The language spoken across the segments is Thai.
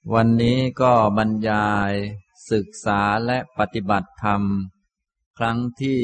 วันนี้ก็บรรยายศึกษาและปฏิบัติธรรมครั้งที่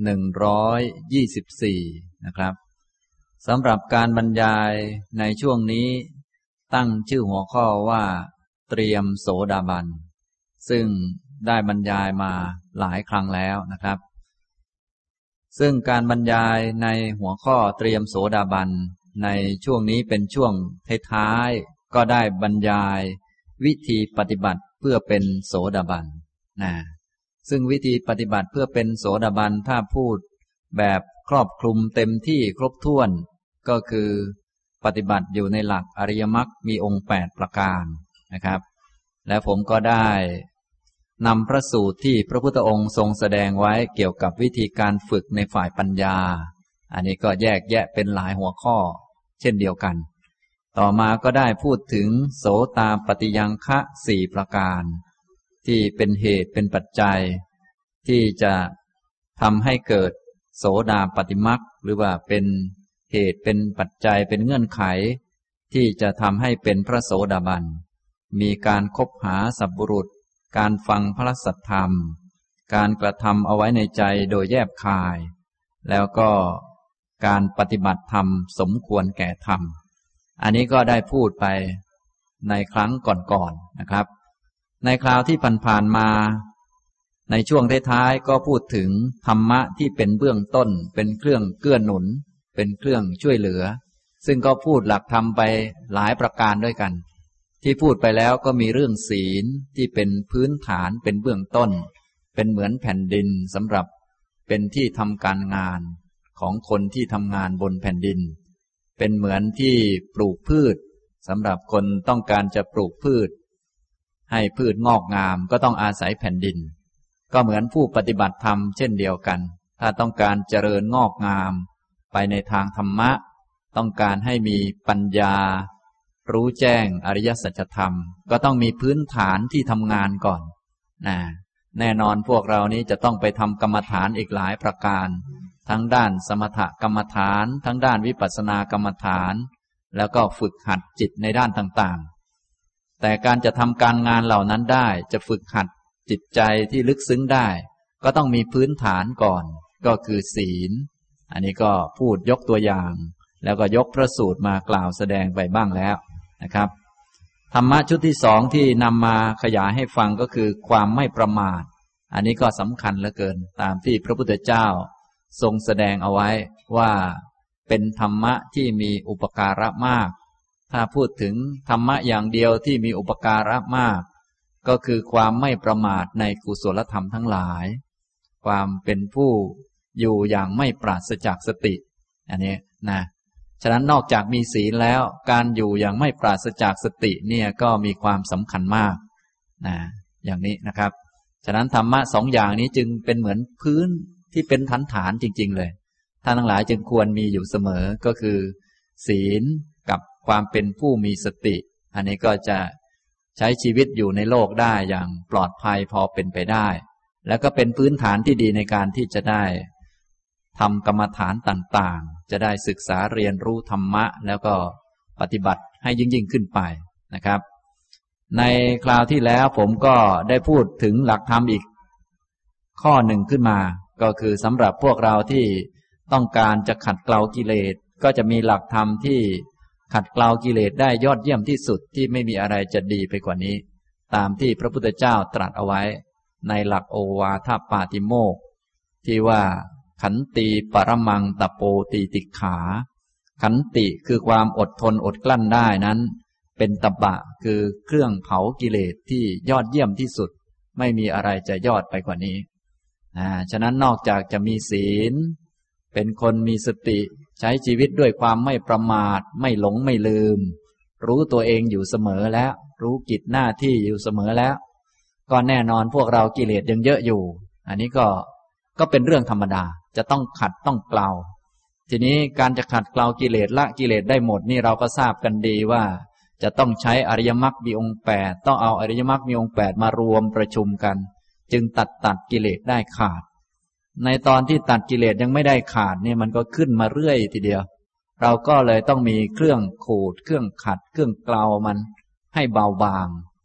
124นะครับสำหรับการบรรยายในช่วงนี้ตั้งชื่อหัวข้อว่าเตรียมโสดาบันซึ่งได้บรรยายมาหลายครั้งแล้วนะครับซึ่งการบรรยายในหัวข้อเตรียมโสดาบันในช่วงนี้เป็นช่วงท้ายๆก็ได้บรรยายวิธีปฏิบัติเพื่อเป็นโสดาบันซึ่งวิธีปฏิบัติเพื่อเป็นโสดาบันถ้าพูดแบบครอบคลุมเต็มที่ครบถ้วนก็คือปฏิบัติอยู่ในหลักอริยมรรคมีองค์8ประการนะครับและผมก็ได้นำพระสูตรที่พระพุทธองค์ทรงแสดงไว้เกี่ยวกับวิธีการฝึกในฝ่ายปัญญาอันนี้ก็แยกแยะเป็นหลายหัวข้อเช่นเดียวกันต่อมาก็ได้พูดถึงโสตาปัฏฐิยังคะ4ประการที่เป็นเหตุเป็นปัจจัยที่จะทำให้เกิดโสดาปัตติมรรคหรือว่าเป็นเหตุเป็นปัจจัยเป็นเงื่อนไขที่จะทำให้เป็นพระโสดาบันมีการคบหาสัพบุรุษการฟังพระสัทธรรมการกระทำเอาไว้ในใจโดยแยบคายแล้วก็การปฏิบัติธรรมสมควรแก่ธรรมอันนี้ก็ได้พูดไปในครั้งก่อนๆนะครับในคราวที่ผ่านๆมาในช่วงท้ายๆก็พูดถึงธรรมะที่เป็นเบื้องต้นเป็นเครื่องเกื้อหนุนเป็นเครื่องช่วยเหลือซึ่งก็พูดหลักธรรมไปหลายประการด้วยกันที่พูดไปแล้วก็มีเรื่องศีลที่เป็นพื้นฐานเป็นเบื้องต้นเป็นเหมือนแผ่นดินสำหรับเป็นที่ทำการงานของคนที่ทำงานบนแผ่นดินเป็นเหมือนที่ปลูกพืชสำหรับคนต้องการจะปลูกพืชให้พืชงอกงามก็ต้องอาศัยแผ่นดินก็เหมือนผู้ปฏิบัติธรรมเช่นเดียวกันถ้าต้องการเจริญงอกงามไปในทางธรรมะต้องการให้มีปัญญารู้แจ้งอริยสัจธรรมก็ต้องมีพื้นฐานที่ทำงานก่อนแน่นอนพวกเรานี้จะต้องไปทำกรรมฐานอีกหลายประการทั้งด้านสมถกรรมฐานทั้งด้านวิปัสสนากรรมฐานแล้วก็ฝึกหัดจิตในด้านต่างๆแต่การจะทำการงานเหล่านั้นได้จะฝึกหัดจิตใจที่ลึกซึ้งได้ก็ต้องมีพื้นฐานก่อนก็คือศีลอันนี้ก็พูดยกตัวอย่างแล้วก็ยกพระสูตรมากล่าวแสดงไปบ้างแล้วนะครับธรรมะชุดที่สองที่นำมาขยายให้ฟังก็คือความไม่ประมาทอันนี้ก็สำคัญเหลือเกินตามที่พระพุทธเจ้าทรงแสดงเอาไว้ว่าเป็นธรรมะที่มีอุปการะมากถ้าพูดถึงธรรมะอย่างเดียวที่มีอุปการะมากก็คือความไม่ประมาทในกุศลธรรมทั้งหลายความเป็นผู้อยู่อย่างไม่ปราศจากสติอันนี้นะฉะนั้นนอกจากมีศีลแล้วการอยู่อย่างไม่ปราศจากสติเนี่ยก็มีความสำคัญมากอย่างนี้นะครับฉะนั้นธรรมะสองอย่างนี้จึงเป็นเหมือนพื้นที่เป็นฐานจริงๆเลยท่านทั้งหลายจึงควรมีอยู่เสมอก็คือศีลกับความเป็นผู้มีสติอันนี้ก็จะใช้ชีวิตอยู่ในโลกได้อย่างปลอดภัยพอเป็นไปได้แล้วก็เป็นพื้นฐานที่ดีในการที่จะได้ทำกรรมฐานต่างๆจะได้ศึกษาเรียนรู้ธรรมะแล้วก็ปฏิบัติให้ยิ่งขึ้นไปนะครับในคราวที่แล้วผมก็ได้พูดถึงหลักธรรมอีกข้อหนึ่งขึ้นมาก็คือสำหรับพวกเราที่ต้องการจะขัดเกลากิเลสก็จะมีหลักธรรมที่ขัดเกลากิเลสได้ยอดเยี่ยมที่สุดที่ไม่มีอะไรจะดีไปกว่านี้ตามที่พระพุทธเจ้าตรัสเอาไว้ในหลักโอวาทปาติโมกข์ที่ว่าขันติปรมังตโปติติขาขันติคือความอดทนอดกลั้นได้นั้นเป็นตบะคือเครื่องเผากิเลสที่ยอดเยี่ยมที่สุดไม่มีอะไรจะยอดไปกว่านี้ฉะนั้นนอกจากจะมีศีลเป็นคนมีสติใช้ชีวิตด้วยความไม่ประมาทไม่หลงไม่ลืมรู้ตัวเองอยู่เสมอแล้วรู้กิจหน้าที่อยู่เสมอแล้วก็แน่นอนพวกเรากิเลสยังเยอะอยู่อันนี้ก็เป็นเรื่องธรรมดาจะต้องขัดต้องเกลาทีนี้การจะขัดเกลากิเลสละกิเลสได้หมดนี่เราก็ทราบกันดีว่าจะต้องใช้อริยมรรคมีองค์8ต้องเอาอริยมรรคมีองค์8มารวมประชุมกันจึงตัดกิเลสได้ขาดในตอนที่ตัดกิเลสยังไม่ได้ขาดเนี่ยมันก็ขึ้นมาเรื่อยทีเดียวเราก็เลยต้องมีเครื่องขูดเครื่องขัดเครื่องเกลามันให้เบาบาง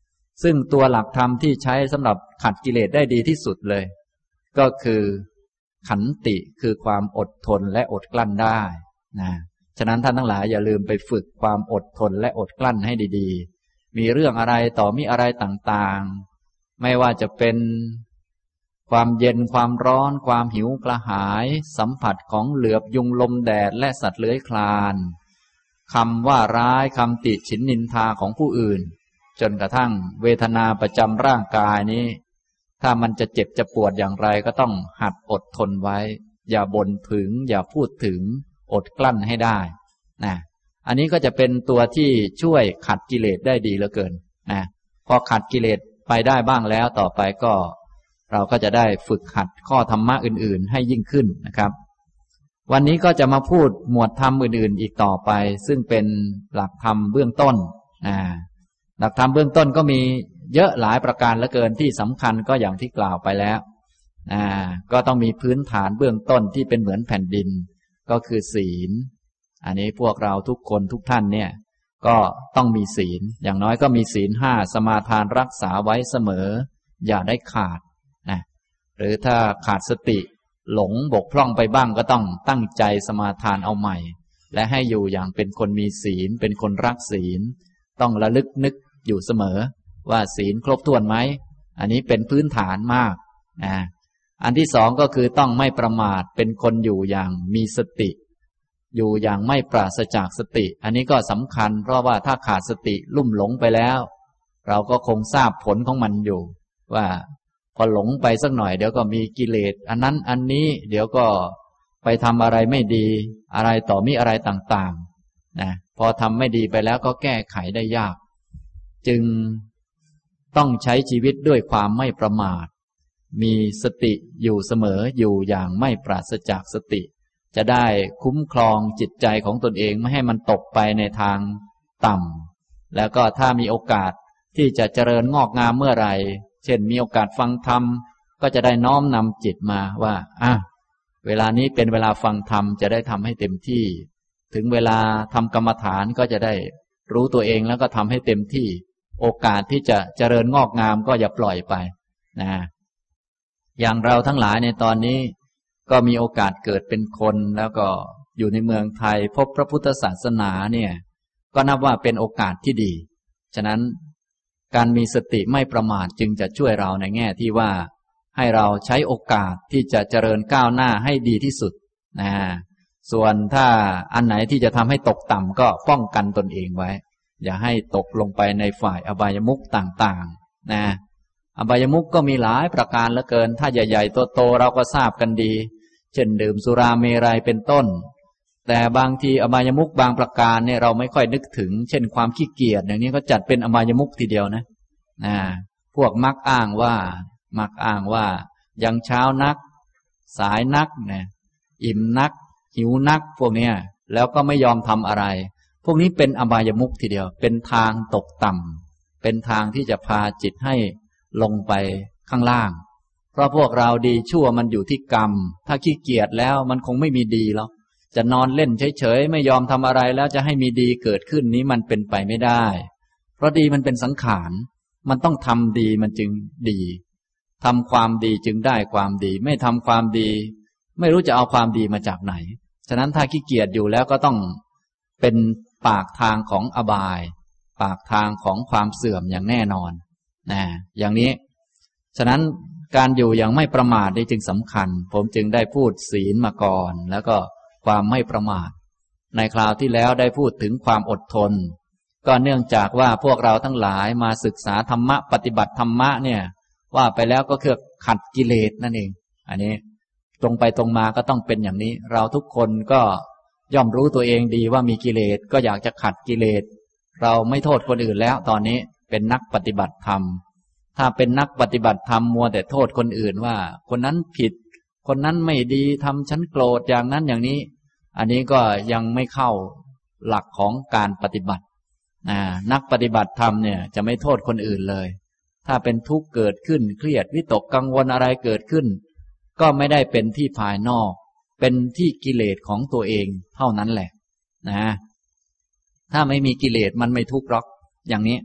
ซึ่งตัวหลักธรรมที่ใช้สำหรับขัดกิเลสได้ดีที่สุดเลยก็คือขันติคือความอดทนและอดกลั้นได้นะฉะนั้นท่านทั้งหลายอย่าลืมไปฝึกความอดทนและอดกลั้นให้ดีๆมีเรื่องอะไรต่อมีอะไรต่างๆไม่ว่าจะเป็นความเย็นความร้อนความหิวกระหายสัมผัสของเหลือบยุงลมแดดและสัตว์เลื้อยคลานคำว่าร้ายคำติฉินนินทาของผู้อื่นจนกระทั่งเวทนาประจำร่างกายนี้ถ้ามันจะเจ็บจะปวดอย่างไรก็ต้องหัดอดทนไว้อย่าบ่นถึงอย่าพูดถึงอดกลั้นให้ได้นะอันนี้ก็จะเป็นตัวที่ช่วยขัดกิเลสได้ดีเหลือเกินนะพอขัดกิเลสไปได้บ้างแล้วต่อไปก็เราก็จะได้ฝึกหัดข้อธรรมะอื่นๆให้ยิ่งขึ้นนะครับวันนี้ก็จะมาพูดหมวดธรรมอื่นๆอีกต่อไปซึ่งเป็นหลักธรรมเบื้องต้นหลักธรรมเบื้องต้นก็มีเยอะหลายประการเหลือเกินที่สำคัญก็อย่างที่กล่าวไปแล้วก็ต้องมีพื้นฐานเบื้องต้นที่เป็นเหมือนแผ่นดินก็คือศีลอันนี้พวกเราทุกคนทุกท่านเนี่ยก็ต้องมีศีลอย่างน้อยก็มีศีลห้าสมาทานรักษาไว้เสมออย่าได้ขาดนะหรือถ้าขาดสติหลงบกพร่องไปบ้างก็ต้องตั้งใจสมาทานเอาใหม่และให้อยู่อย่างเป็นคนมีศีลเป็นคนรักศีลต้องระลึกนึกอยู่เสมอว่าศีลครบถ้วนไหมอันนี้เป็นพื้นฐานมากอันที่สองก็คือต้องไม่ประมาทเป็นคนอยู่อย่างมีสติอยู่อย่างไม่ปราศจากสติอันนี้ก็สำคัญเพราะว่าถ้าขาดสติลุ่มหลงไปแล้วเราก็คงทราบผลของมันอยู่ว่าพอหลงไปสักหน่อยเดี๋ยวก็มีกิเลสอันนั้นอันนี้เดี๋ยวก็ไปทำอะไรไม่ดีอะไรต่อมีอะไรต่างๆนะพอทำไม่ดีไปแล้วก็แก้ไขได้ยากจึงต้องใช้ชีวิตด้วยความไม่ประมาทมีสติอยู่เสมออยู่อย่างไม่ปราศจากสติจะได้คุ้มครองจิตใจของตนเองไม่ให้มันตกไปในทางต่ำแล้วก็ถ้ามีโอกาสที่จะเจริญงอกงามเมื่อไหร่เช่นมีโอกาสฟังธรรมก็จะได้น้อมนำจิตมาว่าเวลานี้เป็นเวลาฟังธรรมจะได้ทำให้เต็มที่ถึงเวลาทำกรรมฐานก็จะได้รู้ตัวเองแล้วก็ทำให้เต็มที่โอกาสที่จะเจริญงอกงามก็อย่าปล่อยไปนะอย่างเราทั้งหลายในตอนนี้ก็มีโอกาสเกิดเป็นคนแล้วก็อยู่ในเมืองไทยพบพระพุทธศาสนาเนี่ยก็นับว่าเป็นโอกาสที่ดีฉะนั้นการมีสติไม่ประมาทจึงจะช่วยเราในแง่ที่ว่าให้เราใช้โอกาสที่จะเจริญก้าวหน้าให้ดีที่สุดนะส่วนถ้าอันไหนที่จะทำให้ตกต่ำก็ป้องกันตนเองไว้อย่าให้ตกลงไปในฝ่ายอบายมุขต่างๆนะอบายมุขก็มีหลายประการเหลือเกินถ้าใหญ่ๆโตๆเราก็ทราบกันดีเช่นดื่มสุราเมรัยเป็นต้นแต่บางทีอบายมุขบางประการเนี่ยเราไม่ค่อยนึกถึงเช่นความขี้เกียจอย่างนี้ก็จัดเป็นอบายมุขทีเดียวนะพวกมักอ้างว่ายังเช้านักสายนักนะอิ่มนักหิวนักพวกเนี้ยแล้วก็ไม่ยอมทำอะไรพวกนี้เป็นอบายมุขทีเดียวเป็นทางตกต่ำเป็นทางที่จะพาจิตให้ลงไปข้างล่างเพราะพวกเราดีชั่วมันอยู่ที่กรรมถ้าขี้เกียจแล้วมันคงไม่มีดีหรอกจะนอนเล่นเฉยๆไม่ยอมทำอะไรแล้วจะให้มีดีเกิดขึ้นนี้มันเป็นไปไม่ได้เพราะดีมันเป็นสังขารมันต้องทำดีมันจึงดีทำความดีจึงได้ความดีไม่ทำความดีไม่รู้จะเอาความดีมาจากไหนฉะนั้นถ้าขี้เกียจอยู่แล้วก็ต้องเป็นปากทางของอบายปากทางของความเสื่อมอย่างแน่นอนอย่างนี้ฉะนั้นการอยู่อย่างไม่ประมาทนี่จึงสำคัญผมจึงได้พูดศีลมาก่อนแล้วก็ความไม่ประมาทในคราวที่แล้วได้พูดถึงความอดทนก็เนื่องจากว่าพวกเราทั้งหลายมาศึกษาธรรมะปฏิบัติธรรมะเนี่ยว่าไปแล้วก็คือขัดกิเลสนั่นเองอันนี้ตรงไปตรงมาก็ต้องเป็นอย่างนี้เราทุกคนก็ย่อมรู้ตัวเองดีว่ามีกิเลสก็อยากจะขัดกิเลสเราไม่โทษคนอื่นแล้วตอนนี้เป็นนักปฏิบัติธรรมถ้าเป็นนักปฏิบัติธรรมมัวแต่โทษคนอื่นว่าคนนั้นผิดคนนั้นไม่ดีทำฉันโกรธอย่างนั้นอย่างนี้อันนี้ก็ยังไม่เข้าหลักของการปฏิบัตินักปฏิบัติธรรมเนี่ยจะไม่โทษคนอื่นเลยถ้าเป็นทุกข์เกิดขึ้นเครียดวิตกกังวลอะไรเกิดขึ้นก็ไม่ได้เป็นที่ภายนอกเป็นที่กิเลสของตัวเองเท่านั้นแหละถ้าไม่มีกิเลสมันไม่ทุกข์หรอกอย่างนี้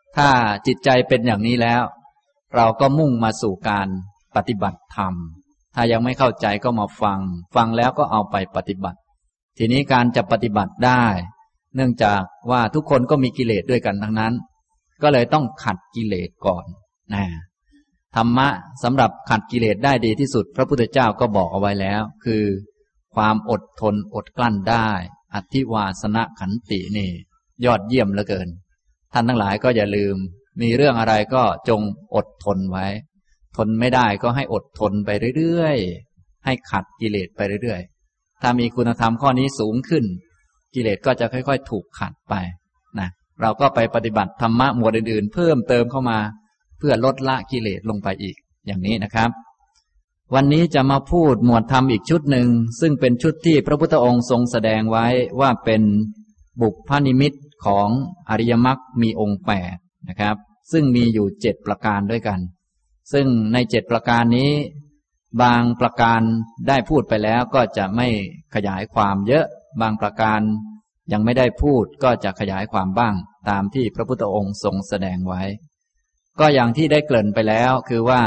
ถ้าจิตใจเป็นอย่างนี้แล้วเราก็มุ่งมาสู่การปฏิบัติธรรมถ้ายังไม่เข้าใจก็มาฟังแล้วก็เอาไปปฏิบัติทีนี้การจะปฏิบัติได้เนื่องจากว่าทุกคนก็มีกิเลสด้วยกันทั้งนั้นก็เลยต้องขัดกิเลสก่อนนะธรรมะสำหรับขัดกิเลสได้ดีที่สุดพระพุทธเจ้าก็บอกเอาไว้แล้วคือความอดทนอดกลั้นได้อธิวาสนขันตินี่ยอดเยี่ยมเหลือเกินท่านทั้งหลายก็อย่าลืมมีเรื่องอะไรก็จงอดทนไว้ทนไม่ได้ก็ให้อดทนไปเรื่อยๆให้ขัดกิเลสไปเรื่อยๆถ้ามีคุณธรรมข้อนี้สูงขึ้นกิเลสก็จะค่อยๆถูกขัดไปนะเราก็ไปปฏิบัติธรรมะหมวดอื่นๆเพิ่มเติมเข้ามาเพื่อลดละกิเลสลงไปอีกอย่างนี้นะครับวันนี้จะมาพูดหมวดธรรมอีกชุดหนึ่งซึ่งเป็นชุดที่พระพุทธองค์ทรงแสดงไว้ว่าเป็นบุพพนิมิตของอริยมรรคมีองค์8นะครับซึ่งมีอยู่7ประการด้วยกันซึ่งใน7ประการนี้บางประการได้พูดไปแล้วก็จะไม่ขยายความเยอะบางประการยังไม่ได้พูดก็จะขยายความบ้างตามที่พระพุทธองค์ทรงแสดงไว้ก็อย่างที่ได้เกริ่นไปแล้วคือว่า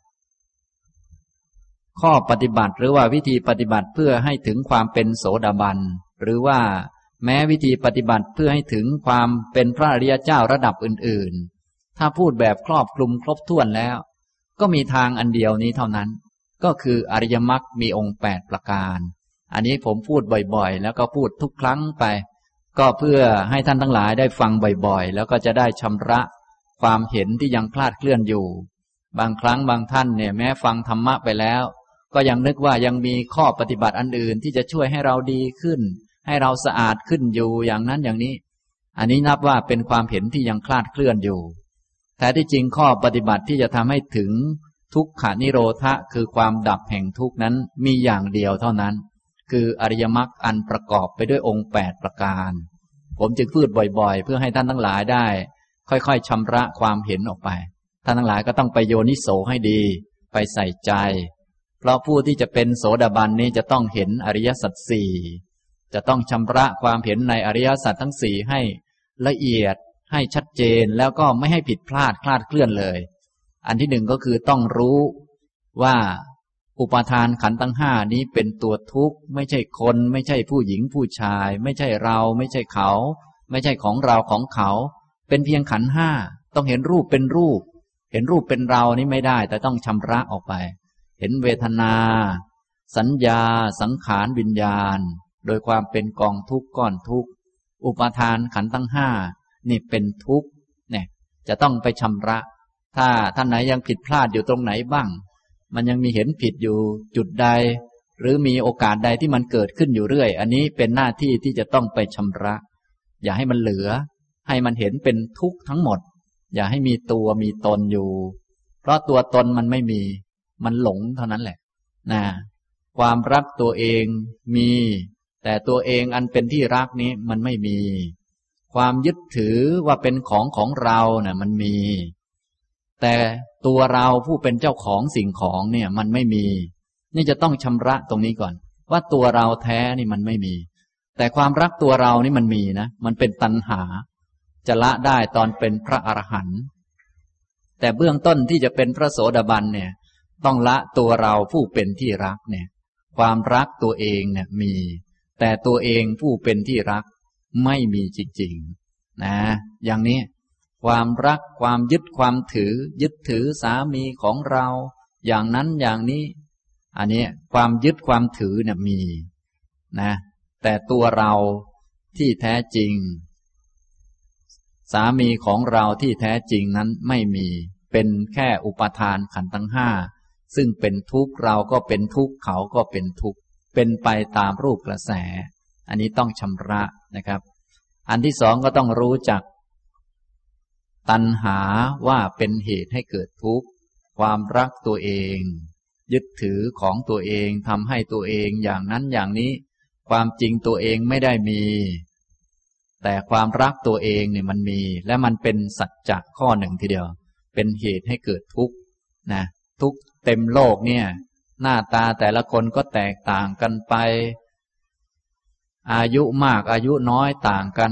ข้อปฏิบัติหรือว่าวิธีปฏิบัติเพื่อให้ถึงความเป็นโสดาบันหรือว่าแม้วิธีปฏิบัติเพื่อให้ถึงความเป็นพระอริยเจ้าระดับอื่นๆถ้าพูดแบบครอบคลุมครบถ้วนแล้วก็มีทางอันเดียวนี้เท่านั้นก็คืออริยมรรคมีองค์8ประการอันนี้ผมพูดบ่อยๆแล้วก็พูดทุกครั้งไปก็เพื่อให้ท่านทั้งหลายได้ฟังบ่อยๆแล้วก็จะได้ชำระความเห็นที่ยังคลาดเคลื่อนอยู่บางครั้งบางท่านเนี่ยแม้ฟังธรรมะไปแล้วก็ยังนึกว่ายังมีข้อปฏิบัติอันอื่นที่จะช่วยให้เราดีขึ้นให้เราสะอาดขึ้นอยู่อย่างนั้นอย่างนี้อันนี้นับว่าเป็นความเห็นที่ยังคลาดเคลื่อนอยู่แต่ที่จริงข้อปฏิบัติที่จะทำให้ถึงทุกขานิโรธะคือความดับแห่งทุกข์นั้นมีอย่างเดียวเท่านั้นคืออริยมรรคอันประกอบไปด้วยองค์8ประการผมจึงพูดบ่อยๆเพื่อให้ท่านทั้งหลายได้ค่อยๆชำระความเห็นออกไปท่านทั้งหลายก็ต้องไปโยนิโสให้ดีไปใส่ใจเพราะผู้ที่จะเป็นโสดาบันนี้จะต้องเห็นอริยสัจสี่จะต้องชำระความเห็นในอริยสัจทั้งสี่ให้ละเอียดให้ชัดเจนแล้วก็ไม่ให้ผิดพลาดคลาดเคลื่อนเลยอันที่หนึ่งก็คือต้องรู้ว่าอุปาทานขันธ์ทั้งห้านี้เป็นตัวทุกข์ไม่ใช่คนไม่ใช่ผู้หญิงผู้ชายไม่ใช่เราไม่ใช่เขาไม่ใช่ของเราของเขาเป็นเพียงขันธ์ห้าต้องเห็นรูปเป็นรูปเห็นรูปเป็นเรานี่ไม่ได้แต่ต้องชำระออกไปเห็นเวทนาสัญญาสังขารวิญญาณโดยความเป็นกองทุกข์ก้อนทุกข์อุปาทานขันธ์ทั้งห้านี่เป็นทุกข์เนี่ยจะต้องไปชำระถ้าท่านไหนยังผิดพลาดอยู่ตรงไหนบ้างมันยังมีเห็นผิดอยู่จุดใดหรือมีโอกาสใดที่มันเกิดขึ้นอยู่เรื่อยอันนี้เป็นหน้าที่ที่จะต้องไปชำระอย่าให้มันเหลือให้มันเห็นเป็นทุกข์ทั้งหมดอย่าให้มีตัวมีตนอยู่เพราะตัวตนมันไม่มีมันหลงเท่านั้นแหละนะความรักตัวเองมีแต่ตัวเองอันเป็นที่รักนี้มันไม่มีความยึดถือว่าเป็นของเราเนี่ยมันมีแต่ตัวเราผู้เป็นเจ้าของสิ่งของเนี่ยมันไม่มีนี่จะต้องชำระตรงนี้ก่อนว่าตัวเราแท้นี่มันไม่มีแต่ความรักตัวเรานี่มันมีนะมันเป็นตัณหาจะละได้ตอนเป็นพระอรหันต์แต่เบื้องต้นที่จะเป็นพระโสดาบันเนี่ยต้องละตัวเราผู้เป็นที่รักเนี่ยความรักตัวเองเนี่ยมีแต่ตัวเองผู้เป็นที่รักไม่มีจริงๆนะอย่างนี้ความรักความยึดความยึดถือสามีของเราอย่างนั้นอย่างนี้อันนี้ความยึดความถือเนี่ยมีนะแต่ตัวเราที่แท้จริงสามีของเราที่แท้จริงนั้นไม่มีเป็นแค่อุปาทานขันธ์ทั้งห้าซึ่งเป็นทุกข์เราก็เป็นทุกข์เขาก็เป็นทุกข์เป็นไปตามรูปกระแสอันนี้ต้องชำระนะครับอันที่สองก็ต้องรู้จักตัณหาว่าเป็นเหตุให้เกิดทุกข์ความรักตัวเองยึดถือของตัวเองทำให้ตัวเองอย่างนั้นอย่างนี้ความจริงตัวเองไม่ได้มีแต่ความรักตัวเองเนี่ยมันมีและมันเป็นสัจจะข้อหนึ่งทีเดียวเป็นเหตุให้เกิดทุกข์นะทุกข์เต็มโลกเนี่ยหน้าตาแต่ละคนก็แตกต่างกันไปอายุมากอายุน้อยต่างกัน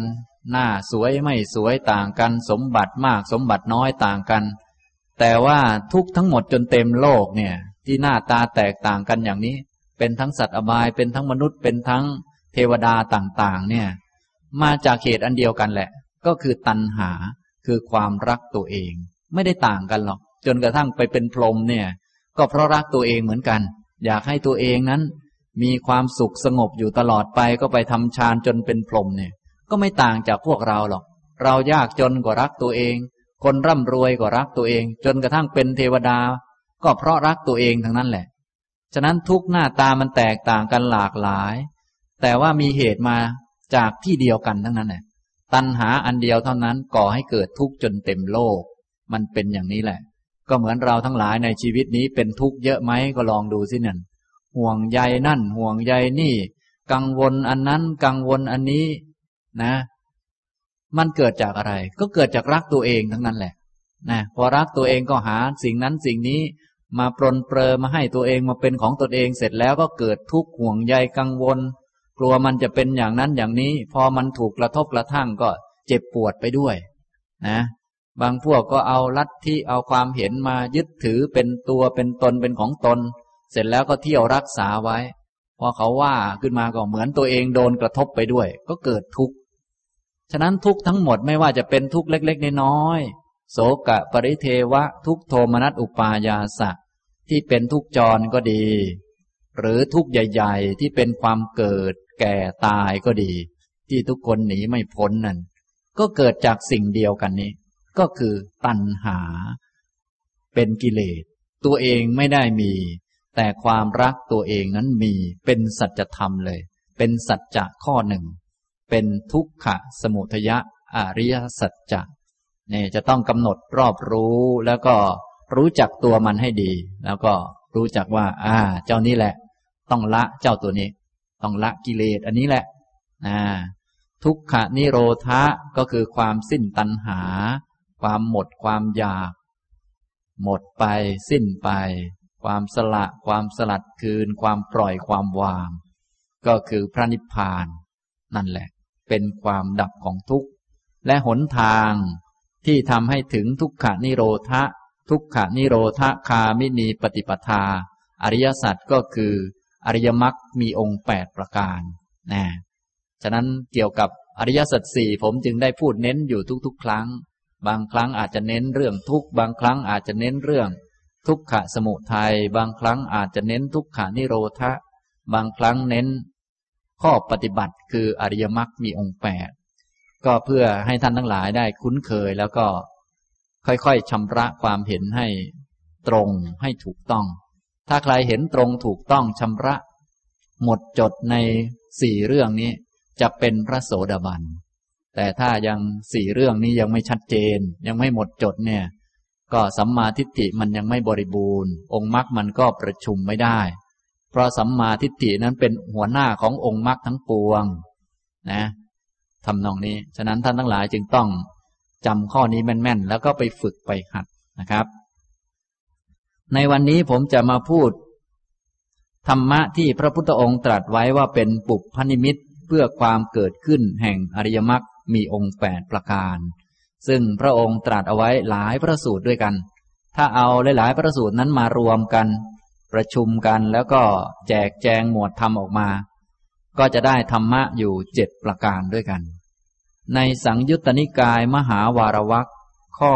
หน้าสวยไม่สวยต่างกันสมบัติมากสมบัติน้อยต่างกันแต่ว่าทุกข์ทั้งหมดจนเต็มโลกเนี่ยที่หน้าตาแตกต่างกันอย่างนี้เป็นทั้งสัตว์อบายเป็นทั้งมนุษย์เป็นทั้งเทวดาต่างๆเนี่ยมาจากเหตุอันเดียวกันแหละก็คือตัณหาคือความรักตัวเองไม่ได้ต่างกันหรอกจนกระทั่งไปเป็นพรหมเนี่ยก็เพราะรักตัวเองเหมือนกันอยากให้ตัวเองนั้นมีความสุขสงบอยู่ตลอดไปก็ไปทำฌานจนเป็นพรหมเนี่ยก็ไม่ต่างจากพวกเราหรอกเรายากจนก็รักตัวเองคนร่ำรวยก็รักตัวเองจนกระทั่งเป็นเทวดาก็เพราะรักตัวเองทั้งนั้นแหละฉะนั้นทุกหน้าตามันแตกต่างกันหลากหลายแต่ว่ามีเหตุมาจากที่เดียวกันทั้งนั้นแหละตัณหาอันเดียวเท่านั้นก่อให้เกิดทุกข์จนเต็มโลกมันเป็นอย่างนี้แหละก็เหมือนเราทั้งหลายในชีวิตนี้เป็นทุกข์เยอะไหมก็ลองดูสินั่นห่วงใยนั่นห่วงใยนี่กังวลอันนั้นกังวลอันนี้นะมันเกิดจากอะไรก็เกิดจากรักตัวเองทั้งนั้นแหละนะพอรักตัวเองก็หาสิ่งนั้นสิ่งนี้มาปรนเปรอมาให้ตัวเองมาเป็นของตนเองเสร็จแล้วก็เกิดทุกข์ห่วงใยกังวลกลัวมันจะเป็นอย่างนั้นอย่างนี้พอมันถูกกระทบกระทั่งก็เจ็บปวดไปด้วยนะบางพวกก็เอาลัทธิเอาความเห็นมายึดถือเป็นตัวเป็นตนเป็นของตนเสร็จแล้วก็เที่ยวรักษาไว้พอเขาว่าขึ้นมาก็เหมือนตัวเองโดนกระทบไปด้วยก็เกิดทุกข์ฉะนั้นทุกข์ทั้งหมดไม่ว่าจะเป็นทุกข์เล็กๆน้อยๆโศกะปริเทวะทุกโทมนัสอุปายาสะที่เป็นทุกข์จรก็ดีหรือทุกข์ใหญ่ๆที่เป็นความเกิดแก่ตายก็ดีที่ทุกคนหนีไม่พ้นนั่นก็เกิดจากสิ่งเดียวกันนี้ก็คือตัณหาเป็นกิเลสตัวเองไม่ได้มีแต่ความรักตัวเองนั้นมีเป็นสัจธรรมเลยเป็นสัจจะข้อหนึ่งเป็นทุกขะสมุทัยอริยสัจจะเนี่ยจะต้องกำหนดรอบรู้แล้วก็รู้จักตัวมันให้ดีแล้วก็รู้จักว่าเจ้านี้แหละต้องละเจ้าตัวนี้ต้องละกิเลสอันนี้แหละทุกขะนิโรธะก็คือความสิ้นตัณหาความหมดความอยากหมดไปสิ้นไปความสละความสลัดคืนความปล่อยความวางก็คือพระนิพพานนั่นแหละเป็นความดับของทุกข์และหนทางที่ทำให้ถึงทุกขนิโรธะทุกขนิโรธคามินีปฏิปทาอริยสัจก็คืออริยมรรคมีองค์8ประการฉะนั้นเกี่ยวกับอริยสัจ4ผมจึงได้พูดเน้นอยู่ทุกๆครั้งบางครั้งอาจจะเน้นเรื่องทุกข์บางครั้งอาจจะเน้นเรื่องทุกขะสมุทัยบางครั้งอาจจะเน้นทุกขานิโรธะบางครั้งเน้นข้อปฏิบัติคืออริยมรรคมีองค์8ก็เพื่อให้ท่านทั้งหลายได้คุ้นเคยแล้วก็ค่อยๆชำระความเห็นให้ตรงให้ถูกต้องถ้าใครเห็นตรงถูกต้องชำระหมดจดใน4เรื่องนี้จะเป็นพระโสดาบันแต่ถ้ายัง4เรื่องนี้ยังไม่ชัดเจนยังไม่หมดจดเนี่ยก็สัมมาทิฏฐิมันยังไม่บริบูรณ์องค์มรรคมันก็ประชุมไม่ได้เพราะสัมมาทิฏฐินั้นเป็นหัวหน้าขององค์มรรคทั้งปวงนะทำนองนี้ฉะนั้นท่านทั้งหลายจึงต้องจำข้อนี้แม่นๆแล้วก็ไปฝึกไปหัดนะครับในวันนี้ผมจะมาพูดธรรมะที่พระพุทธองค์ตรัสไว้ว่าเป็นปุพพนิมิตเพื่อความเกิดขึ้นแห่งอริยมรรคมีองค์8ประการซึ่งพระองค์ตรัสเอาไว้หลายพระสูตรด้วยกันถ้าเอาหลายๆพระสูตรนั้นมารวมกันประชุมกันแล้วก็แจกแจงหมวดธรรมออกมาก็จะได้ธรรมะอยู่7ประการด้วยกันในสังยุตตนิกายมหาวารวรรคข้อ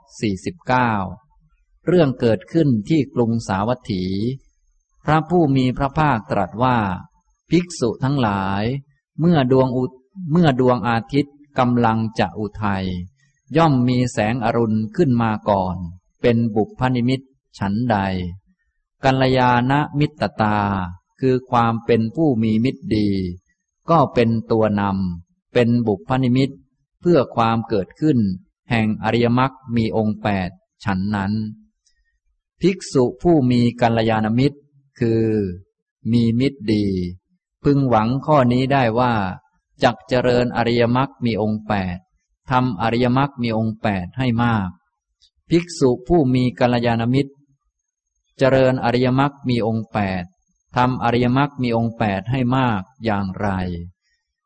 49เรื่องเกิดขึ้นที่กรุงสาวัตถีพระผู้มีพระภาคตรัสว่าภิกษุทั้งหลายเมื่อดวงอาทิตย์กำลังจะอุทัยย่อมมีแสงอรุณขึ้นมาก่อนเป็นบุพนิมิตฉันใดกัลยาณมิตตาคือความเป็นผู้มีมิตรดีก็เป็นตัวนำเป็นบุพนิมิตเพื่อความเกิดขึ้นแห่งอริยมรรคมีองค์8ฉันนั้นภิกษุผู้มีกัลยาณมิตรคือมีมิตรดีพึงหวังข้อนี้ได้ว่าจักเจริญอริยมรรคมีองค์8ทำอริยมรรคมีองค์8ให้มากภิกษุผู้มีกัลยาณมิตรเจริญอริยมรรคมีองค์8ทำอริยมรรคมีองค์8ให้มากอย่างไร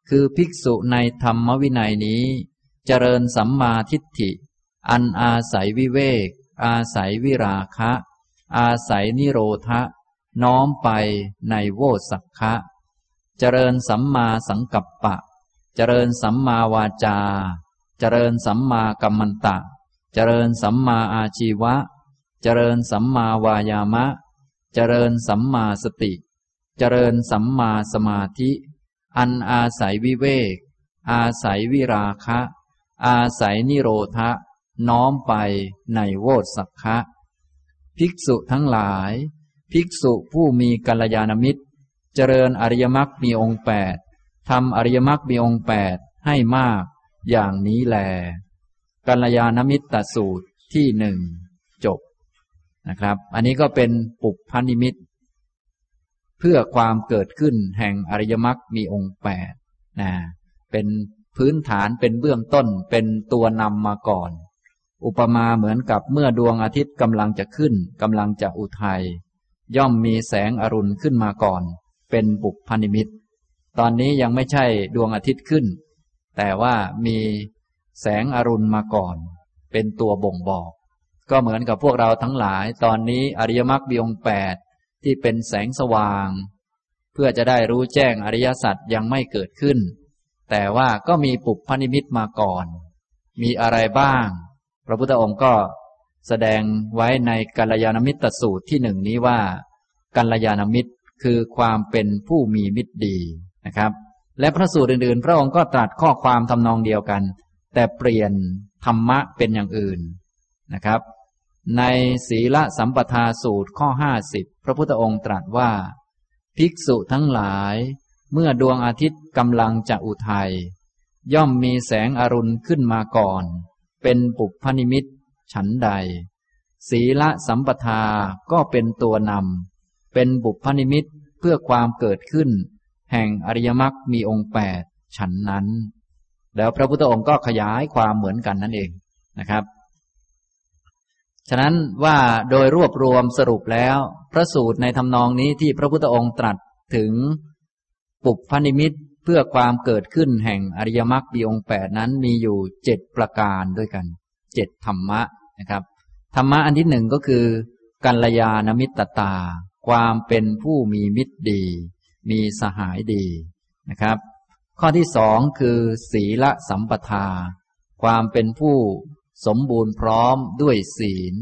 คือภิกษุในธรรมวินัยนี้เจริญสัมมาทิฏฐิอันอาศัยวิเวกอาศัยวิราคะอาศัยนิโรธะน้อมไปในโวสักคะเจริญสัมมาสังกัปปะเจริญสัมมาวาจาเจริญสัมมากัมมันตะเจริญสัมมาอาชีวะเจริญสัมมาวายามะเจริญสัมมาสติเจริญสัมมาสมาธิอันอาศัยวิเวกอาศัยวิราคะอาศัยนิโรธะน้อมไปในโวสักคะภิกษุทั้งหลายภิกษุผู้มีกัลยาณมิตรเจริญอริยมรรคมีองค์8ทำอริยมรรคมีองค์8ให้มากอย่างนี้แลกัลยาณมิตรสูตรที่1จบนะครับอันนี้ก็เป็นปุพพนิมิตเพื่อความเกิดขึ้นแห่งอริยมรรคมีองค์8นะเป็นพื้นฐานเป็นเบื้องต้นเป็นตัวนำมาก่อนอุปมาเหมือนกับเมื่อดวงอาทิตย์กำลังจะขึ้นกำลังจะอุทัยย่อมมีแสงอรุณขึ้นมาก่อนเป็นปุพพนิมิตตอนนี้ยังไม่ใช่ดวงอาทิตย์ขึ้นแต่ว่ามีแสงอรุณมาก่อนเป็นตัวบ่งบอกก็เหมือนกับพวกเราทั้งหลายตอนนี้อริยมรรคมีองค์8ที่เป็นแสงสว่างเพื่อจะได้รู้แจ้งอริยสัจยังไม่เกิดขึ้นแต่ว่าก็มีปุพพนิมิตมาก่อนมีอะไรบ้างพระพุทธองค์ก็แสดงไว้ในกัลยาณมิตรสูตรที่1นี้ว่ากัลยาณมิตรคือความเป็นผู้มีมิตรดีนะครับและพระสูตรอื่นๆพระองค์ก็ตรัสข้อความทำนองเดียวกันแต่เปลี่ยนธรรมะเป็นอย่างอื่นนะครับในศีลสัมปทาสูตรข้อ50พระพุทธองค์ตรัสว่าภิกษุทั้งหลายเมื่อดวงอาทิตย์กำลังจะอุทัยย่อมมีแสงอรุณขึ้นมาก่อนเป็นปุพพนิมิตฉันใดศีลสัมปทาก็เป็นตัวนำเป็นปุพพนิมิตเพื่อความเกิดขึ้นแห่งอริยมรรคมีองค์8ฉันนั้นแล้วพระพุทธองค์ก็ขยายความเหมือนกันนั่นเองนะครับฉะนั้นว่าโดยรวบรวมสรุปแล้วพระสูตรในทำนองนี้ที่พระพุทธองค์ตรัสถึงปุพพนิมิตเพื่อความเกิดขึ้นแห่งอริยมรรคมีองค์8นั้นมีอยู่7ประการด้วยกัน7ธรรมะนะครับธรรมะอันที่1ก็คือกัลยาณมิตรตาความเป็นผู้มีมิตรดีมีสหายดีนะครับข้อที่2คือศีลสัมปทาความเป็นผู้สมบูรณ์พร้อมด้วยศีล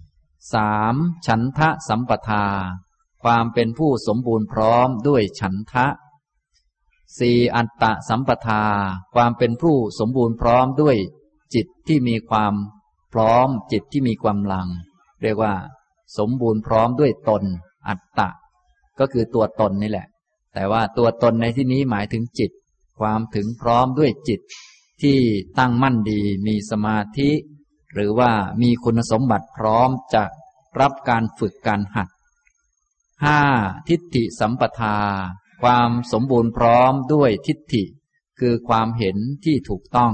3ฉันทะสัมปทาความเป็นผู้สมบูรณ์พร้อมด้วยฉันทะ4อัตตะสัมปทาความเป็นผู้สมบูรณ์พร้อมด้วยจิตที่มีความพร้อมจิตที่มีกำลังเรียกว่าสมบูรณ์พร้อมด้วยตนอัตตะก็คือตัวตนนี่แหละแต่ว่าตัวตนในที่นี้หมายถึงจิตความถึงพร้อมด้วยจิตที่ตั้งมั่นดีมีสมาธิหรือว่ามีคุณสมบัติพร้อมจะรับการฝึกการหัด5ทิฏฐิสัมปทาความสมบูรณ์พร้อมด้วยทิฏฐิคือความเห็นที่ถูกต้อง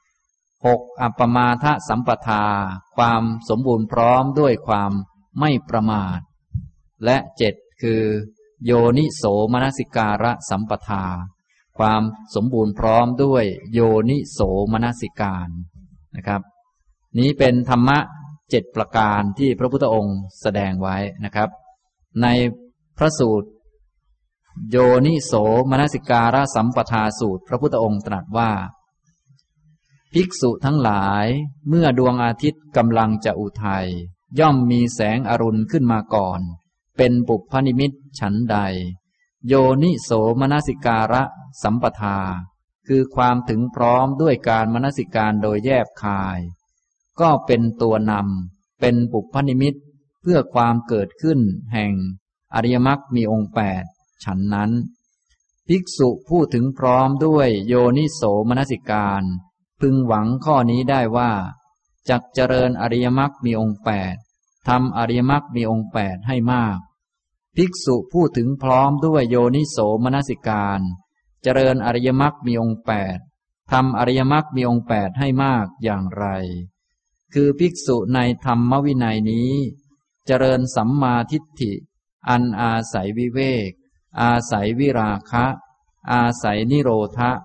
6อัปปมาทสัมปทาความสมบูรณ์พร้อมด้วยความไม่ประมาทและ7คือโยนิโสมนสิการะสัมปทาความสมบูรณ์พร้อมด้วยโยนิโสมนสิการนะครับนี้เป็นธรรมะ7ประการที่พระพุทธองค์แสดงไว้นะครับในพระสูตรโยนิโสมนสิการะสัมปทาสูตรพระพุทธองค์ตรัสว่าภิกษุทั้งหลายเมื่อดวงอาทิตย์กำลังจะอุทัยย่อมมีแสงอรุณขึ้นมาก่อนเป็นปุพพนิมิตฉันใดโยนิโสมนสิการะสัมปทาคือความถึงพร้อมด้วยการมนสิการโดยแยบคายก็เป็นตัวนำเป็นปุพพนิมิตเพื่อความเกิดขึ้นแห่งอริยมรรคมีองค์8ฉันนั้นภิกษุผู้ถึงพร้อมด้วยโยนิโสมนสิการพึงหวังข้อนี้ได้ว่าจักเจริญอริยมรรคมีองค์8ทำอริยมรรคมีองค์8ให้มากภิกษุผู้ถึงพร้อมด้วยโยนิโสมนสิการเจริญอริยมรรคมีองค์8ทำอริยมรรคมีองค์8ให้มากอย่างไรคือภิกษุในธรรมวินัยนี้เจริญสัมมาทิฏฐิอันอาศัยวิเวกอาศัยวิราคะอาศัยนิโรธะ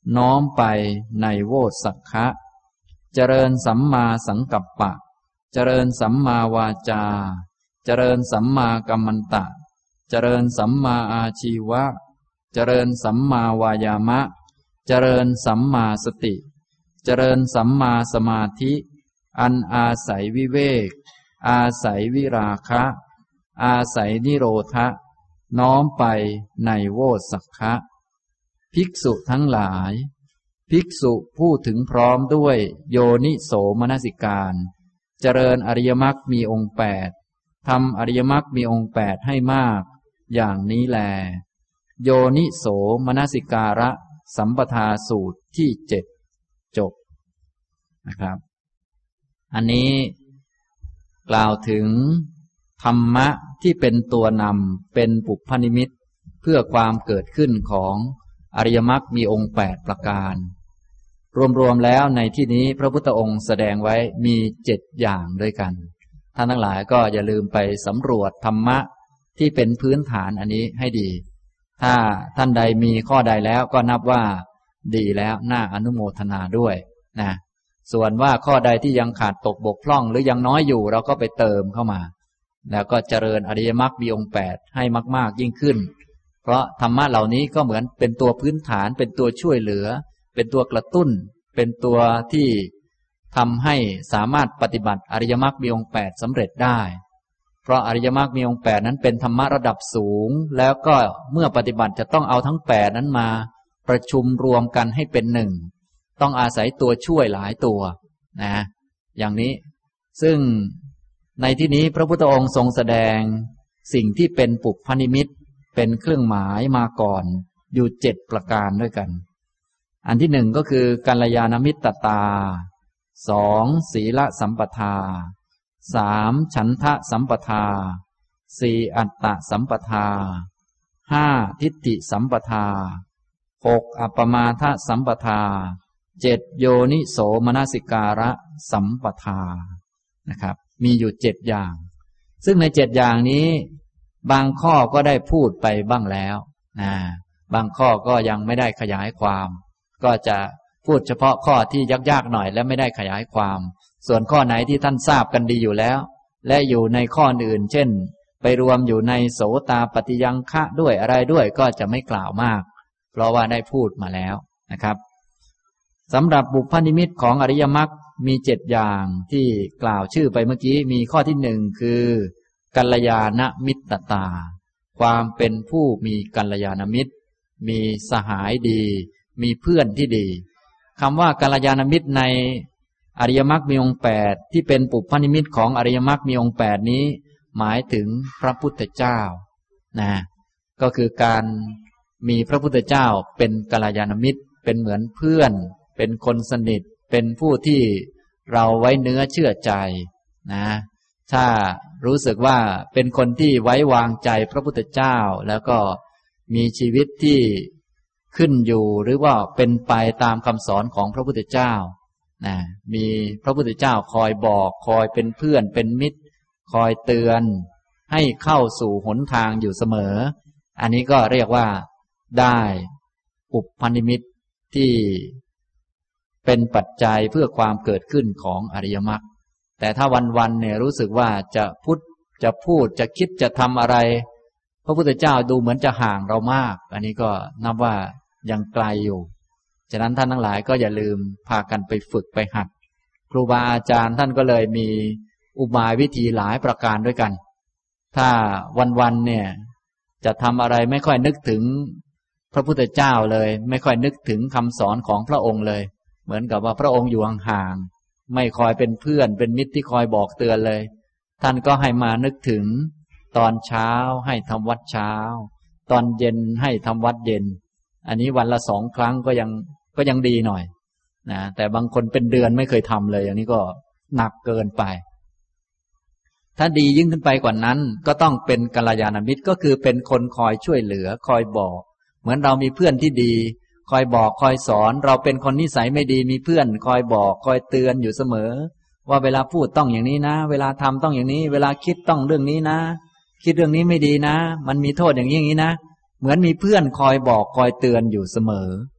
น้อมไปในโวสัคคะ เจริญสัมมาสังกัปปะเจริญสัมมาวาจาเจริญสัมมากัมมันตะเจริญสัมมาอาชีวะเจริญสัมมาวายามะเจริญสัมมาสติเจริญสัมมาสมาธิอันอาศัยวิเวกอาศัยวิราคะ อาศัยนิโรธะน้อมไปในโวสัคคะ ภิกษุทั้งหลายภิกษุผู้ถึงพร้อมด้วยโยนิโสมนสิการเจริญอริยมรรคมีองค์8ทำอริยมรรคมีองค์8ให้มากอย่างนี้แลโยนิโสมนสิการะสัมปทาสูตรที่7จบนะครับอันนี้กล่าวถึงธรรมะที่เป็นตัวนำเป็นปุพพนิมิตเพื่อความเกิดขึ้นของอริยมรรคมีองค์8ประการรวมๆแล้วในที่นี้พระพุทธองค์แสดงไว้มี7อย่างด้วยกันท่านทั้งหลายก็อย่าลืมไปสำรวจธรรมะที่เป็นพื้นฐานอันนี้ให้ดีถ้าท่านใดมีข้อใดแล้วก็นับว่าดีแล้วน่าอนุโมทนาด้วยนะส่วนว่าข้อใดที่ยังขาดตกบกพร่องหรือยังน้อยอยู่เราก็ไปเติมเข้ามาแล้วก็เจริญอริยมรรคมีองค์8ให้มากๆยิ่งขึ้นเพราะธรรมะเหล่านี้ก็เหมือนเป็นตัวพื้นฐานเป็นตัวช่วยเหลือเป็นตัวกระตุ้นเป็นตัวที่ทำให้สามารถปฏิบัติอริยมรรคมีองค์8สำเร็จได้เพราะอริยมรรคมีองค์8นั้นเป็นธรรมะระดับสูงแล้วก็เมื่อปฏิบัติจะต้องเอาทั้ง8นั้นมาประชุมรวมกันให้เป็นหนึ่งต้องอาศัยตัวช่วยหลายตัวนะอย่างนี้ซึ่งในที่นี้พระพุทธองค์ทรงแสดงสิ่งที่เป็นปุพพนิมิตเป็นเครื่องหมายมาก่อนอยู่7ประการด้วยกันอันที่1ก็คือกัลยาณมิตรตา2ศีลสัมปทา3ฉันทะสัมปทา4อัตตสัมปทา5ทิฏฐิสัมปทา6อัปปมาทสัมปทา7โยนิโสมนสิการะสัมปทานะครับมีอยู่7อย่างซึ่งใน7อย่างนี้บางข้อก็ได้พูดไปบ้างแล้วบางข้อก็ยังไม่ได้ขยายความก็จะพูดเฉพาะข้อที่ยากๆหน่อยและไม่ได้ขยายความส่วนข้อไหนที่ท่านทราบกันดีอยู่แล้วและอยู่ในข้ออื่นเช่นไปรวมอยู่ในโสตาปัฏฐิยังคะด้วยอะไรด้วยก็จะไม่กล่าวมากเพราะว่าได้พูดมาแล้วนะครับสำหรับบุพพนิมิตของอริยมรรคมี7อย่างที่กล่าวชื่อไปเมื่อกี้มีข้อที่1คือกัลยาณมิตรตาความเป็นผู้มีกัลยาณมิตรมีสหายดีมีเพื่อนที่ดีคำว่ากัลยาณมิตรในอริยมรรคมีองค์8ที่เป็นปุพพนิมิตของอริยมรรคมีองค์8นี้หมายถึงพระพุทธเจ้านะก็คือการมีพระพุทธเจ้าเป็นกัลยาณมิตรเป็นเหมือนเพื่อนเป็นคนสนิทเป็นผู้ที่เราไว้เนื้อเชื่อใจนะถ้ารู้สึกว่าเป็นคนที่ไว้วางใจพระพุทธเจ้าแล้วก็มีชีวิตที่ขึ้นอยู่หรือว่าเป็นไปตามคำสอนของพระพุทธเจ้านะมีพระพุทธเจ้าคอยบอกคอยเป็นเพื่อนเป็นมิตรคอยเตือนให้เข้าสู่หนทางอยู่เสมออันนี้ก็เรียกว่าได้ปุพพนิมิตที่เป็นปัจจัยเพื่อความเกิดขึ้นของอริยมรรคแต่ถ้าวันๆเนี่ยรู้สึกว่าจะพูดจะคิดจะทำอะไรพระพุทธเจ้าดูเหมือนจะห่างเรามากอันนี้ก็นับว่ายังไกลอยู่ฉะนั้นท่านทั้งหลายก็อย่าลืมพากันไปฝึกไปหัดครูบาอาจารย์ท่านก็เลยมีอุบายวิธีหลายประการด้วยกันถ้าวันๆเนี่ยจะทำอะไรไม่ค่อยนึกถึงพระพุทธเจ้าเลยไม่ค่อยนึกถึงคำสอนของพระองค์เลยเหมือนกับว่าพระองค์อยู่ห่างๆไม่คอยเป็นเพื่อนเป็นมิตรที่คอยบอกเตือนเลยท่านก็ให้มานึกถึงตอนเช้าให้ทำวัดเช้าตอนเย็นให้ทำวัดเย็นอันนี้วันละ2 ครั้งก็ยังดีหน่อยนะแต่บางคนเป็นเดือนไม่เคยทำเลยอย่างนี้ก็หนักเกินไปถ้าดียิ่งขึ้นไปกว่านั้นก็ต้องเป็นกัลยาณมิตรก็คือเป็นคนคอยช่วยเหลือคอยบอกเหมือนเรามีเพื่อนที่ดีคอยบอกคอยสอนเราเป็นคนนิสัยไม่ดีมีเพื่อนคอยบอกคอยเตือนอยู่เสมอว่าเวลาพูดต้องอย่างนี้นะเวลาทำต้องอย่างนี้เวลาคิดต้องเรื่องนี้นะคิดเรื่องนี้ไม่ดีนะมันมีโทษอย่างนี้นะเหมือนมีเพื่อนคอยบอกคอยเตือนอยู่เสมอ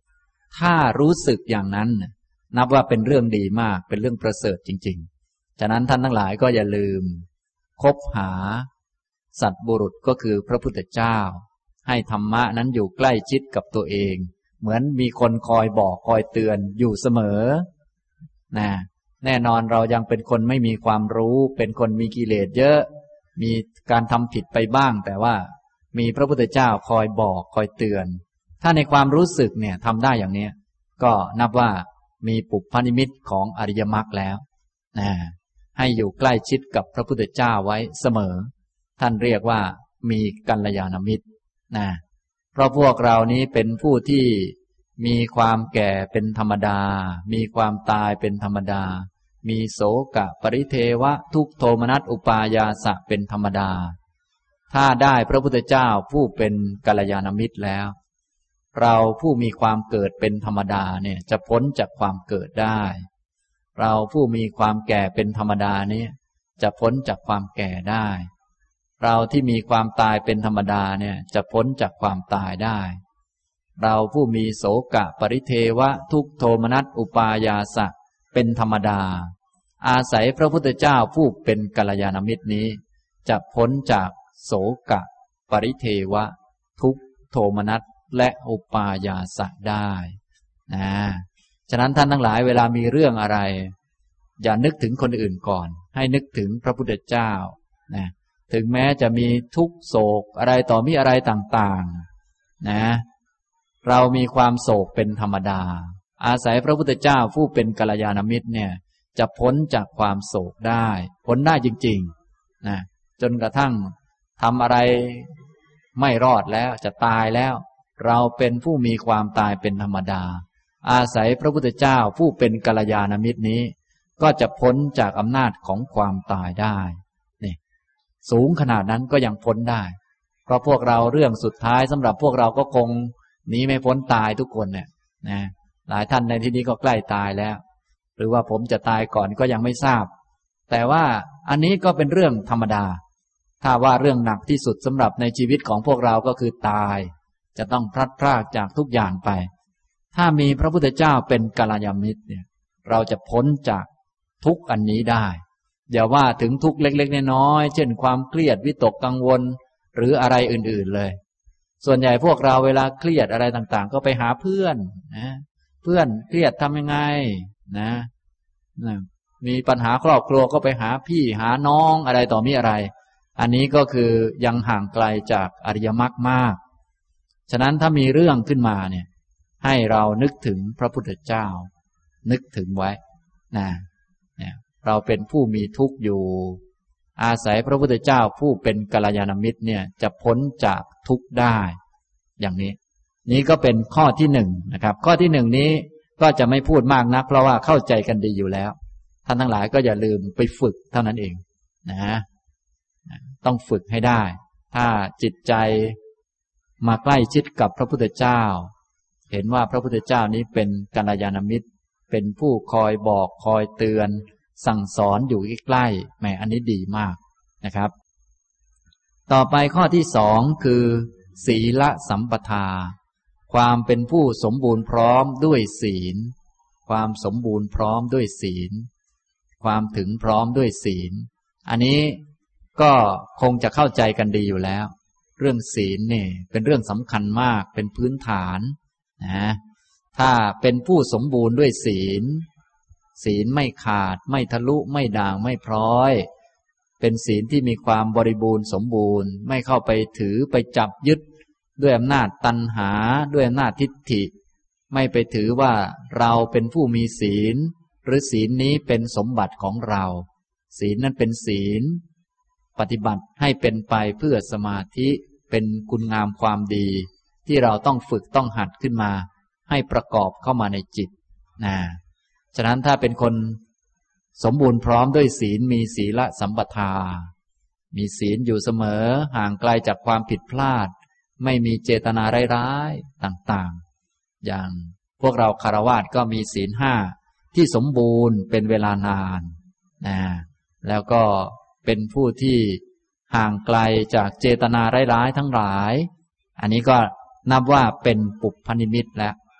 ถ้ารู้สึกอย่างนั้นนับว่าเป็นเรื่องดีมากเป็นเรื่องประเสริฐจริงๆฉะนั้นท่านทั้งหลายก็อย่าลืมคบหาสัตบุรุษก็คือพระพุทธเจ้าให้ธรรมะนั้นอยู่ใกล้ชิดกับตัวเองเหมือนมีคนคอยบอกคอยเตือนอยู่เสมอนะแน่นอนเรายังเป็นคนไม่มีความรู้เป็นคนมีกิเลสเยอะมีการทำผิดไปบ้างแต่ว่ามีพระพุทธเจ้าคอยบอกคอยเตือนถ้าในความรู้สึกเนี่ยทำได้อย่างนี้ก็นับว่ามีปุพพนิมิตของอริยมรรคแล้วนะให้อยู่ใกล้ชิดกับพระพุทธเจ้าไว้เสมอท่านเรียกว่ามีกัลยาณมิตรนะเพราะพวกเรานี้เป็นผู้ที่มีความแก่เป็นธรรมดามีความตายเป็นธรรมดามีโศกะปริเทวะทุกขโทมนัสอุปายาสะเป็นธรรมดาถ้าได้พระพุทธเจ้าผู้เป็นกัลยาณมิตรแล้วเราผู้มีความเกิดเป็นธรรมดาเนี่ยจะพ้นจากความเกิดได้เราผู้มีความแก่เป็นธรรมดานี้จะพ้นจากความแก่ได้เราที่มีความตายเป็นธรรมดาเนี่ยจะพ้นจากความตายได้เราผู้มีโศกะปริเทวะทุกขโทมนัสอุปายาสะเป็นธรรมดาอาศัยพระพุทธเจ้าผู้เป็นกัลยาณมิตรนี้จะพ้นจากโศกะปริเทวะทุกขโทมนัสและอุปายาสะได้นะฉะนั้นท่านทั้งหลายเวลามีเรื่องอะไรอย่านึกถึงคนอื่นก่อนให้นึกถึงพระพุทธเจ้านะถึงแม้จะมีทุกโศกอะไรต่อมีอะไรต่างๆนะเรามีความโศกเป็นธรรมดาอาศัยพระพุทธเจ้าผู้เป็นกัลยาณมิตรเนี่ยจะพ้นจากความโศกได้พ้นได้จริงๆนะจนกระทั่งทำอะไรไม่รอดแล้วจะตายแล้วเราเป็นผู้มีความตายเป็นธรรมดาอาศัยพระพุทธเจ้าผู้เป็นกัลยาณมิตรนี้ก็จะพ้นจากอำนาจของความตายได้นี่สูงขนาดนั้นก็ยังพ้นได้เพราะพวกเราเรื่องสุดท้ายสำหรับพวกเราก็คงหนีไม่พ้นตายทุกคนเนี่ยนะหลายท่านในที่นี้ก็ใกล้ตายแล้วหรือว่าผมจะตายก่อนก็ยังไม่ทราบแต่ว่าอันนี้ก็เป็นเรื่องธรรมดาถ้าว่าเรื่องหนักที่สุดสำหรับในชีวิตของพวกเราก็คือตายจะต้องพลัดพรากจากทุกอย่างไปถ้ามีพระพุทธเจ้าเป็นกัลยาณมิตรเนี่ยเราจะพ้นจากทุกอันนี้ได้อย่าว่าถึงทุกเล็กๆน้อยๆเช่นความเครียดวิตกกังวลหรืออะไรอื่นๆเลยส่วนใหญ่พวกเราเวลาเครียดอะไรต่างๆก็ไปหาเพื่อนนะเพื่อนเครียดทำยังไงนะมีปัญหาครอบครัวก็ไปหาพี่หาน้องอะไรต่อมีอะไรอันนี้ก็คือยังห่างไกลจากอริยมรรคมากฉะนั้นถ้ามีเรื่องขึ้นมาเนี่ยให้เรานึกถึงพระพุทธเจ้านึกถึงไว้นะเนี่ยเราเป็นผู้มีทุกข์อยู่อาศัยพระพุทธเจ้าผู้เป็นกัลยาณมิตรเนี่ยจะพ้นจากทุกข์ได้อย่างนี้นี้ก็เป็นข้อที่หนึ่งนะครับข้อที่หนึ่งนี้ก็จะไม่พูดมากนักเพราะว่าเข้าใจกันดีอยู่แล้วท่านทั้งหลายก็อย่าลืมไปฝึกเท่านั้นเองนะต้องฝึกให้ได้ถ้าจิตใจมาใกล้ชิดกับพระพุทธเจ้าเห็นว่าพระพุทธเจ้านี้เป็นกัลยาณมิตรเป็นผู้คอยบอกคอยเตือนสั่งสอนอยู่ใกล้ๆแหมอันนี้ดีมากนะครับต่อไปข้อที่สองคือศีลสัมปทาความเป็นผู้สมบูรณ์พร้อมด้วยศีลความสมบูรณ์พร้อมด้วยศีลความถึงพร้อมด้วยศีลอันนี้ก็คงจะเข้าใจกันดีอยู่แล้วเรื่องศีลเนี่ยเป็นเรื่องสำคัญมากเป็นพื้นฐานนะถ้าเป็นผู้สมบูรณ์ด้วยศีลศีลไม่ขาดไม่ทะลุไม่ด่างไม่พร้อยเป็นศีลที่มีความบริบูรณ์สมบูรณ์ไม่เข้าไปถือไปจับยึดด้วยอำนาจตัณหาด้วยอำนาจทิฏฐิไม่ไปถือว่าเราเป็นผู้มีศีลหรือศีลนี้เป็นสมบัติของเราศีลนั้นเป็นศีลปฏิบัติให้เป็นไปเพื่อสมาธิเป็นคุณงามความดีที่เราต้องฝึกต้องหัดขึ้นมาให้ประกอบเข้ามาในจิตฉะนั้นถ้าเป็นคนสมบูรณ์พร้อมด้วยศีลมีศีลสัมปทามีศีลอยู่เสมอห่างไกลจากความผิดพลาดไม่มีเจตนาร้ายๆต่างๆอย่างพวกเราคฤหัสถ์ก็มีศีลห้าที่สมบูรณ์เป็นเวลานานแล้วก็เป็นผู้ที่ห่างไกลจากเจตนาร้ายๆทั้งหลายอันนี้ก็นับว่าเป็นปุพพนิมิตแล้ว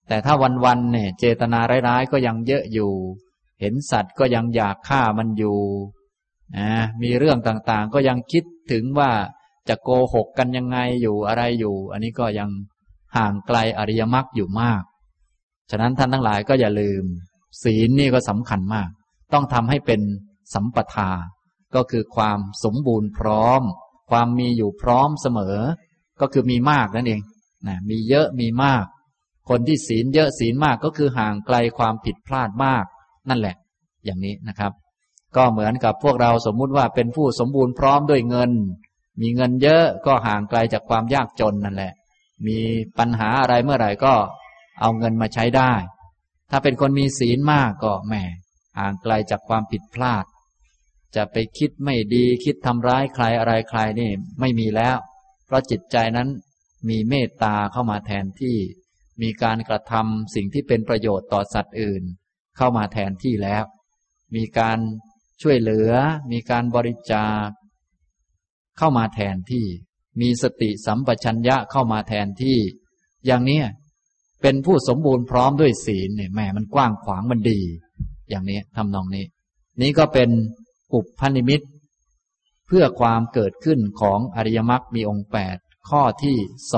แต่ถ้าวันๆเนี่ยเจตนาร้ายๆก็ยังเยอะอยู่เห็นสัตว์ก็ยังอยากฆ่ามันอยู่มีเรื่องต่างๆก็ยังคิดถึงว่าจะโกหกกันยังไงอยู่อะไรอยู่อันนี้ก็ยังห่างไกลอริยมรรคอยู่มากฉะนั้นท่านทั้งหลายก็อย่าลืมศีลนี่ก็สำคัญมากต้องทำให้เป็นสัมปทาก็คือความสมบูรณ์พร้อมความมีอยู่พร้อมเสมอก็คือมีมากนั่นเองมีเยอะมีมากคนที่ศีลเยอะศีลมากก็คือห่างไกลความผิดพลาดมากนั่นแหละอย่างนี้นะครับก็เหมือนกับพวกเราสมมุติว่าเป็นผู้สมบูรณ์พร้อมด้วยเงินมีเงินเยอะก็ห่างไกลจากความยากจนนั่นแหละมีปัญหาอะไรเมื่อไหร่ก็เอาเงินมาใช้ได้ถ้าเป็นคนมีศีลมากก็แหมห่างไกลจากความผิดพลาดจะไปคิดไม่ดีคิดทำร้ายใครอะไรใครนี่ไม่มีแล้วเพราะจิตใจนั้นมีเมตตาเข้ามาแทนที่มีการกระทำสิ่งที่เป็นประโยชน์ต่อสัตว์อื่นเข้ามาแทนที่แล้วมีการช่วยเหลือมีการบริจาคเข้ามาแทนที่มีสติสัมปชัญญะเข้ามาแทนที่อย่างนี้เป็นผู้สมบูรณ์พร้อมด้วยศีลเนี่ยแหมมันกว้างขวางมันดีอย่างนี้ทำนองนี้นี้ก็เป็นปุพพนิมิตเพื่อความเกิดขึ้นของอริยมรรคมีองค์8ข้อที่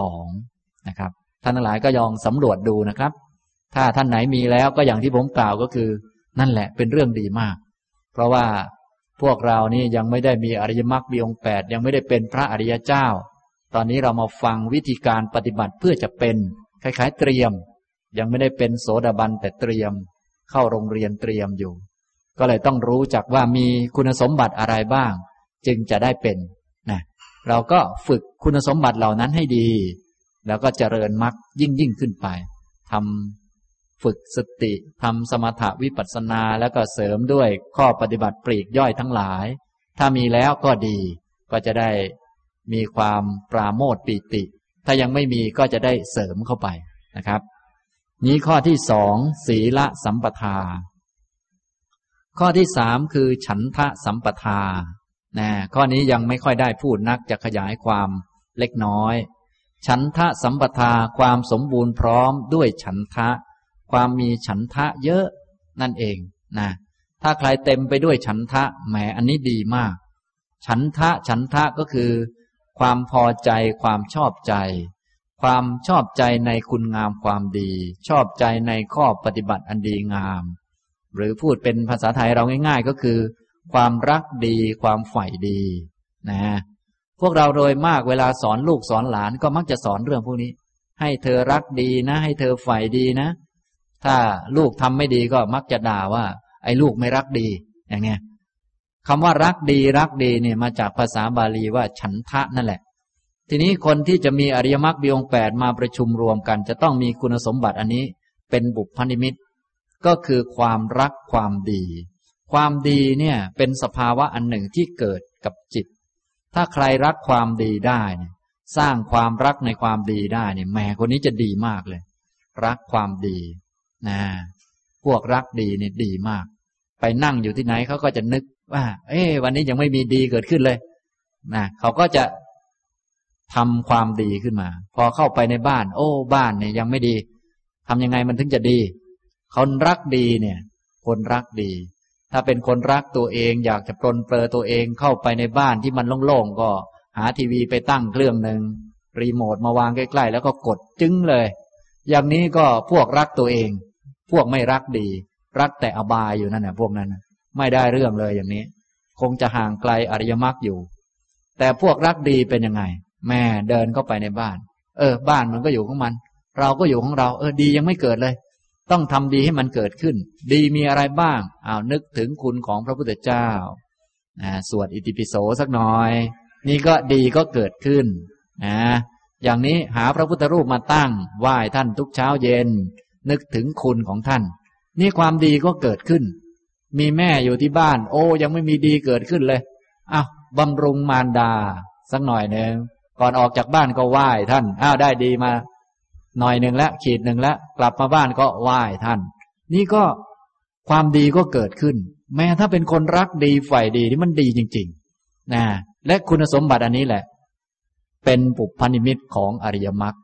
2นะครับท่านทั้งหลายก็ลองสำรวจดูนะครับถ้าท่านไหนมีแล้วก็อย่างที่ผมกล่าวก็คือนั่นแหละเป็นเรื่องดีมากเพราะว่าพวกเรานี่ยังไม่ได้มีอริยมรรคมีองค์8ยังไม่ได้เป็นพระอริยเจ้าตอนนี้เรามาฟังวิธีการปฏิบัติเพื่อจะเป็นคล้ายๆเตรียมยังไม่ได้เป็นโสดาบันแต่เตรียมเข้าโรงเรียนเตรียมอยู่ก็เลยต้องรู้จักว่ามีคุณสมบัติอะไรบ้างจึงจะได้เป็นนะเราก็ฝึกคุณสมบัติเหล่านั้นให้ดีแล้วก็เจริญมรรคยิ่งขึ้นไปทำฝึกสติทำสมถะวิปัสสนาแล้วก็เสริมด้วยข้อปฏิบัติปลีกย่อยทั้งหลายถ้ามีแล้วก็ดีก็จะได้มีความปราโมทย์ปีติถ้ายังไม่มีก็จะได้เสริมเข้าไปนะครับนี้ข้อที่2ศีลสัมปทาข้อที่3คือฉันทะสัมปทาข้อนี้ยังไม่ค่อยได้พูดนักจะขยายความเล็กน้อยฉันทะสัมปทาความสมบูรณ์พร้อมด้วยฉันทะความมีฉันทะเยอะนั่นเองนะถ้าใครเต็มไปด้วยฉันทะแหมอันนี้ดีมากฉันทะก็คือความพอใจความชอบใจความชอบใจในคุณงามความดีชอบใจในข้อปฏิบัติอันดีงามหรือพูดเป็นภาษาไทยเราง่ายๆก็คือความรักดีความใฝ่ดีนะพวกเราโดยมากเวลาสอนลูกสอนหลานก็มักจะสอนเรื่องพวกนี้ให้เธอรักดีนะให้เธอใฝ่ดีนะถ้าลูกทำไม่ดีก็มักจะด่าว่าไอ้ลูกไม่รักดีอย่างเนี้ยคำว่ารักดีเนี่ยมาจากภาษาบาลีว่าฉันทะนั่นแหละทีนี้คนที่จะมีอริยมรรคมีองค์8มาประชุมรวมกันจะต้องมีคุณสมบัติอันนี้เป็นบุพพนิมิตก็คือความรักความดีความดีเนี่ยเป็นสภาวะอันหนึ่งที่เกิดกับจิตถ้าใครรักความดีได้สร้างความรักในความดีได้เนี่ยแหมคนนี้จะดีมากเลยรักความดีพวกรักดีเนี่ยดีมากไปนั่งอยู่ที่ไหนเขาก็จะนึกว่าวันนี้ยังไม่มีดีเกิดขึ้นเลยเขาก็จะทำความดีขึ้นมาพอเข้าไปในบ้านบ้านเนี่ยยังไม่ดีทำยังไงมันถึงจะดีคนรักดีเนี่ยคนรักดีถ้าเป็นคนรักตัวเองอยากจะปรนเปรอตัวเองเข้าไปในบ้านที่มันโล่งๆก็หาทีวีไปตั้งเครื่องหนึ่งรีโมทมาวางใกล้ๆแล้วก็กดจึ้งเลยอย่างนี้ก็พวกรักตัวเองพวกไม่รักดีรักแต่อบายอยู่นั่นน่ะพวกนั้นไม่ได้เรื่องเลยอย่างนี้คงจะห่างไกลอริยมรรคอยู่แต่พวกรักดีเป็นยังไงแม่เดินเข้าไปในบ้านบ้านมันก็อยู่ของมันเราก็อยู่ของเราดียังไม่เกิดเลยต้องทำดีให้มันเกิดขึ้นดีมีอะไรบ้างนึกถึงคุณของพระพุทธเจ้าสวดอิติปิโสสักหน่อยนี่ก็ดีก็เกิดขึ้นอย่างนี้หาพระพุทธรูปมาตั้งไหว้ท่านทุกเช้าเย็นนึกถึงคุณของท่านนี่ความดีก็เกิดขึ้นมีแม่อยู่ที่บ้านยังไม่มีดีเกิดขึ้นเลยบำรุงมารดาสักหน่อยหนึ่งก่อนออกจากบ้านก็ไหว้ท่านได้ดีมาหน่อยหนึ่งแล้วขีดหนึ่งแล้วกลับมาบ้านก็ไหว้ท่านนี่ก็ความดีก็เกิดขึ้นแม้ถ้าเป็นคนรักดีใฝ่ดีที่มันดีจริงๆและคุณสมบัติอันนี้แหละเป็นปุพพนิมิตของอริยมรรค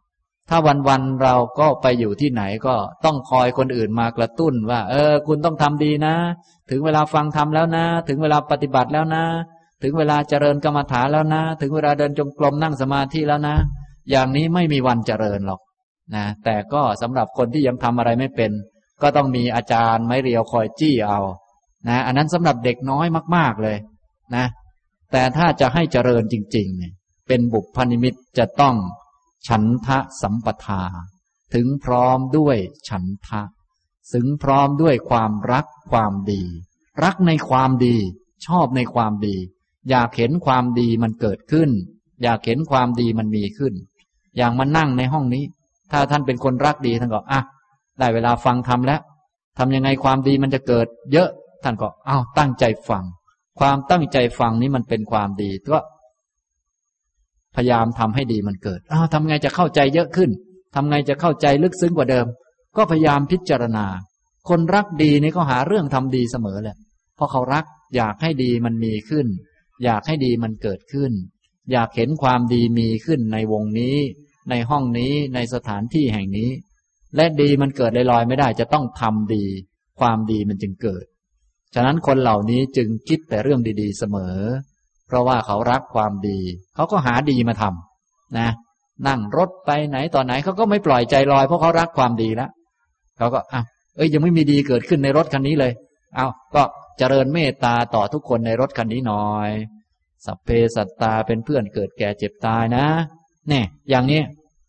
ถ้าวันๆเราก็ไปอยู่ที่ไหนก็ต้องคอยคนอื่นมากระตุ้นว่าคุณต้องทำดีนะถึงเวลาฟังธรรมแล้วนะถึงเวลาปฏิบัติแล้วนะถึงเวลาเจริญกรรมฐานแล้วนะถึงเวลาเดินจงกรมนั่งสมาธิแล้วนะอย่างนี้ไม่มีวันเจริญหรอกนะแต่ก็สำหรับคนที่ยังทำอะไรไม่เป็นก็ต้องมีอาจารย์ไม้เรียวคอยจี้เอานะอันนั้นสำหรับเด็กน้อยมากๆเลยนะแต่ถ้าจะให้เจริญจริงๆเนี่ยเป็นบุพนิมิตจะต้องฉันทะสัมปทาถึงพร้อมด้วยฉันทะถึงพร้อมด้วยความรักความดีรักในความดีชอบในความดีอยากเห็นความดีมันเกิดขึ้นอยากเห็นความดีมันมีขึ้นอย่างมานั่งในห้องนี้ถ้าท่านเป็นคนรักดีท่านก็ได้เวลาฟังธรรมแล้วทำยังไงความดีมันจะเกิดเยอะท่านก็ตั้งใจฟังความตั้งใจฟังนี้มันเป็นความดีก็พยายามทำให้ดีมันเกิดทำไงจะเข้าใจเยอะขึ้นทำไงจะเข้าใจลึกซึ้งกว่าเดิมก็พยายามพิจารณาคนรักดีนี่ก็หาเรื่องทำดีเสมอแหละเพราะเขารักอยากให้ดีมันมีขึ้นอยากให้ดีมันเกิดขึ้นอยากเห็นความดีมีขึ้นในวงนี้ในห้องนี้ในสถานที่แห่งนี้และดีมันเกิดลอยๆไม่ได้จะต้องทำดีความดีมันจึงเกิดฉะนั้นคนเหล่านี้จึงคิดแต่เรื่องดีๆเสมอเพราะว่าเขารักความดีเขาก็หาดีมาทำนะนั่งรถไปไหนต่อไหนเขาก็ไม่ปล่อยใจลอยเพราะเขารักความดีแล้วเขาก็ยังไม่มีดีเกิดขึ้นในรถคันนี้เลยก็เจริญเมตตาต่อทุกคนในรถคันนี้หน่อยสัพเพสัตตาเป็นเพื่อนเกิดแก่เจ็บตายนะเนี่ยอย่างนี้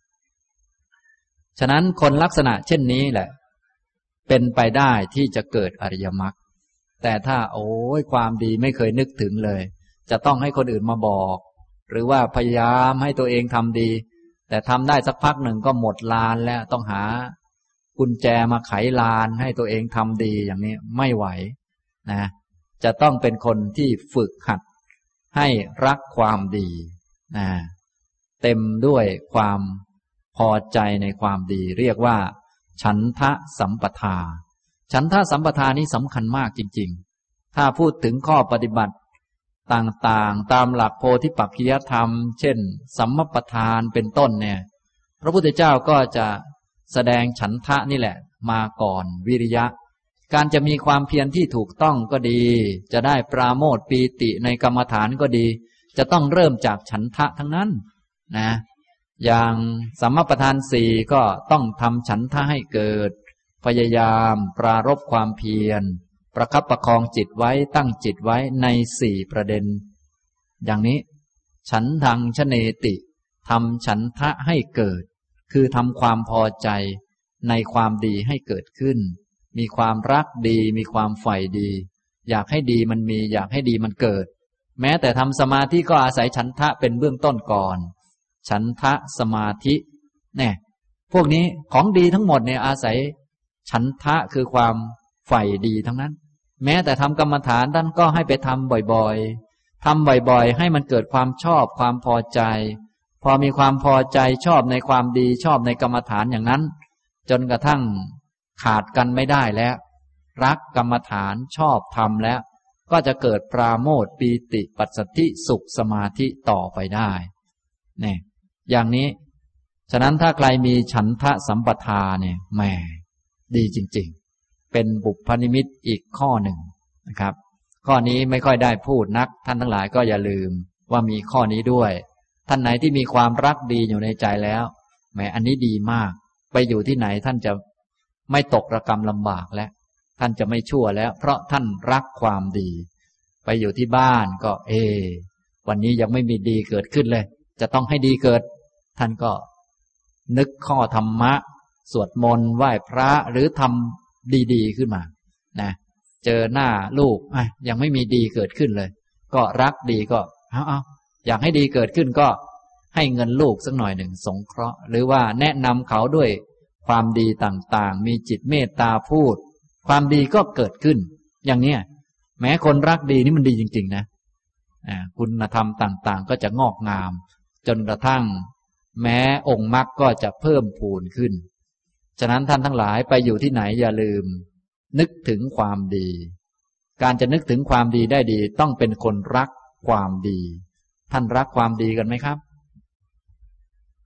ฉะนั้นคนลักษณะเช่นนี้แหละเป็นไปได้ที่จะเกิดอริยมรรคแต่ถ้าความดีไม่เคยนึกถึงเลยจะต้องให้คนอื่นมาบอกหรือว่าพยายามให้ตัวเองทำดีแต่ทำได้สักพักหนึ่งก็หมดลานแล้วต้องหากุญแจมาไขลานให้ตัวเองทำดีอย่างนี้ไม่ไหวนะจะต้องเป็นคนที่ฝึกหัดให้รักความดีนะเต็มด้วยความพอใจในความดีเรียกว่าฉันทะสัมปทาฉันทะสัมปทานี้สำคัญมากจริงๆถ้าพูดถึงข้อปฏิบัติต่างๆตามหลักโพธิปักขิยธรรมเช่นสัมมัปปทานเป็นต้นเนี่ยพระพุทธเจ้าก็จะแสดงฉันทะนี่แหละมาก่อนวิริยะการจะมีความเพียรที่ถูกต้องก็ดีจะได้ปราโมทย์ปีติในกรรมฐานก็ดีจะต้องเริ่มจากฉันทะทั้งนั้นนะอย่างสัมมัปปทานสี่ก็ต้องทำฉันทะให้เกิดพยายามปรารภความเพียรประคับประคองจิตไว้ตั้งจิตไว้ในสี่ประเด็นอย่างนี้ฉันทังชเนติทำฉันทะให้เกิดคือทำความพอใจในความดีให้เกิดขึ้นมีความรักดีมีความใฝ่ดีอยากให้ดีมันมีอยากให้ดีมันเกิดแม้แต่ทำสมาธิก็อาศัยฉันทะเป็นเบื้องต้นก่อนฉันทะสมาธิเนี่ยพวกนี้ของดีทั้งหมดเนี่ยอาศัยฉันทะคือความใฝ่ดีทั้งนั้นแม้แต่ทำกรรมฐานท่านก็ให้ไปทำบ่อยๆทำบ่อยๆให้มันเกิดความชอบความพอใจพอมีความพอใจชอบในความดีชอบในกรรมฐานอย่างนั้นจนกระทั่งขาดกันไม่ได้แล้วรักกรรมฐานชอบทำแล้วก็จะเกิดปราโมทย์ปีติปัสสัทธิสุขสมาธิต่อไปได้เนี่ยอย่างนี้ฉะนั้นถ้าใครมีฉันทะสัมปทาเนี่ยแหมดีจริงๆเป็นบุพนิมิตอีกข้อหนึ่งนะครับข้อนี้ไม่ค่อยได้พูดนักท่านทั้งหลายก็อย่าลืมว่ามีข้อนี้ด้วยท่านไหนที่มีความรักดีอยู่ในใจแล้วแหมอันนี้ดีมากไปอยู่ที่ไหนท่านจะไม่ตกระกำลำบากแล้วท่านจะไม่ชั่วแล้วเพราะท่านรักความดีไปอยู่ที่บ้านก็วันนี้ยังไม่มีดีเกิดขึ้นเลยจะต้องให้ดีเกิดท่านก็นึกข้อธรรมะสวดมนต์ไหว้พระหรือทำดีๆขึ้นมานะเจอหน้าลูกยังไม่มีดีเกิดขึ้นเลยก็รักดีก็อยากให้ดีเกิดขึ้นก็ให้เงินลูกสักหน่อยหนึ่งสงเคราะห์หรือว่าแนะนำเขาด้วยความดีต่างๆมีจิตเมตตาพูดความดีก็เกิดขึ้นอย่างเนี้ยแม้คนรักดีนี่มันดีจริงๆนะคุณธรรมต่างๆก็จะงอกงามจนกระทั่งแม้องค์มรรคก็จะเพิ่มพูนขึ้นฉะนั้นท่านทั้งหลายไปอยู่ที่ไหนอย่าลืมนึกถึงความดีการจะนึกถึงความดีได้ดีต้องเป็นคนรักความดีท่านรักความดีกันไหมครับ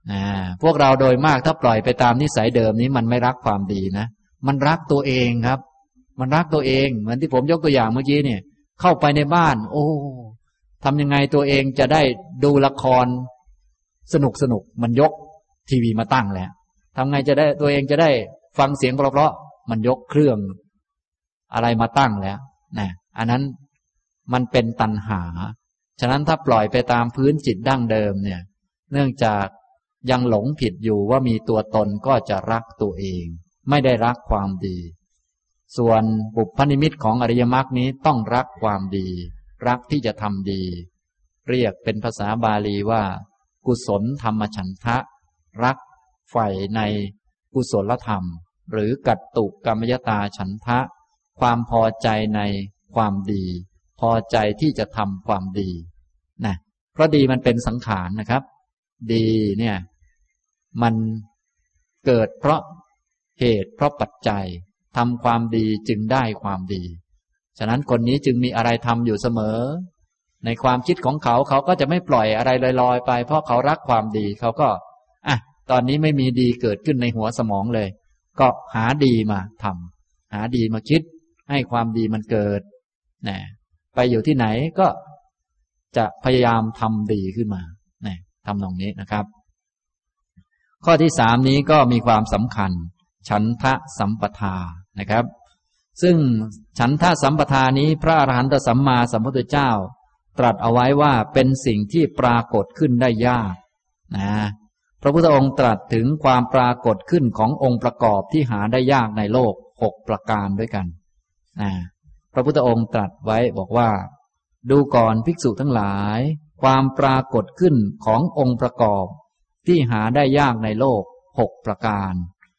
พวกเราโดยมากถ้าปล่อยไปตามนิสัยเดิมนี้มันไม่รักความดีนะมันรักตัวเองครับมันรักตัวเองเหมือนที่ผมยกตัวอย่างเมื่อกี้เนี่ยเข้าไปในบ้านโอ้ทำยังไงตัวเองจะได้ดูละครสนุกมันยกทีวีมาตั้งแล้วทำไงจะได้ตัวเองจะได้ฟังเสียงเพราะๆมันยกเครื่องอะไรมาตั้งแล้วนะอันนั้นมันเป็นตัณหาฉะนั้นถ้าปล่อยไปตามพื้นจิตดั้งเดิมเนี่ยเนื่องจากยังหลงผิดอยู่ว่ามีตัวตนก็จะรักตัวเองไม่ได้รักความดีส่วนบุพนิมิตของอริยมรรคนี้ต้องรักความดีรักที่จะทำดีเรียกเป็นภาษาบาลีว่ากุศลธรรมฉันทะรักใฝ่ในกุศลธรรมหรือกัตตุกรรมยตาฉันทะความพอใจในความดีพอใจที่จะทำความดีนะเพราะดีมันเป็นสังขารนะครับดีเนี่ยมันเกิดเพราะเหตุเพราะปัจจัยทำความดีจึงได้ความดีฉะนั้นคนนี้จึงมีอะไรทำอยู่เสมอในความคิดของเขาเขาก็จะไม่ปล่อยอะไรลอยๆไปเพราะเขารักความดีเขาก็ตอนนี้ไม่มีดีเกิดขึ้นในหัวสมองเลยก็หาดีมาทำหาดีมาคิดให้ความดีมันเกิดนะไปอยู่ที่ไหนก็จะพยายามทำดีขึ้นมานะทำตรงนี้นะครับข้อที่สามนี้ก็มีความสำคัญฉันทะสัมปทานะครับซึ่งฉันทะสัมปทานี้พระอรหันตสัมมาสัมพุทธเจ้าตรัสเอาไว้ว่าเป็นสิ่งที่ปรากฏขึ้นได้ยากนะพระพุทธองค์ตรัสถึงความปรากฏขึ้นขององค์ประกอบที่หาได้ยากในโลก6ประการด้วยกันนะพระพุทธองค์ตรัสไว้บอกว่าดูก่อนภิกษุทั้งหลายความปรากฏขึ้นขององค์ประกอบที่หาได้ยากในโลก6ประการ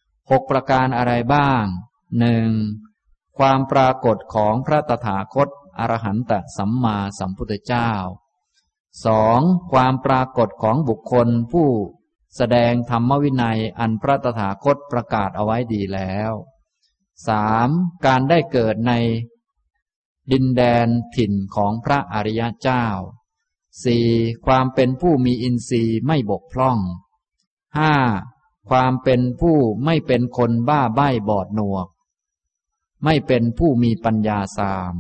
6ประการอะไรบ้าง1ความปรากฏของพระตถาคตอรหันตสัมมาสัมพุทธเจ้า2ความปรากฏของบุคคลผู้แสดงธรรมวินัยอันพระตถาคตประกาศเอาไว้ดีแล้ว3การได้เกิดในดินแดนถิ่นของพระอริยเจ้า4ความเป็นผู้มีอินทรีย์ไม่บกพร่อง5ความเป็นผู้ไม่เป็นคนบ้าใบ้บอดหนวกไม่เป็นผู้มีปัญญาสาม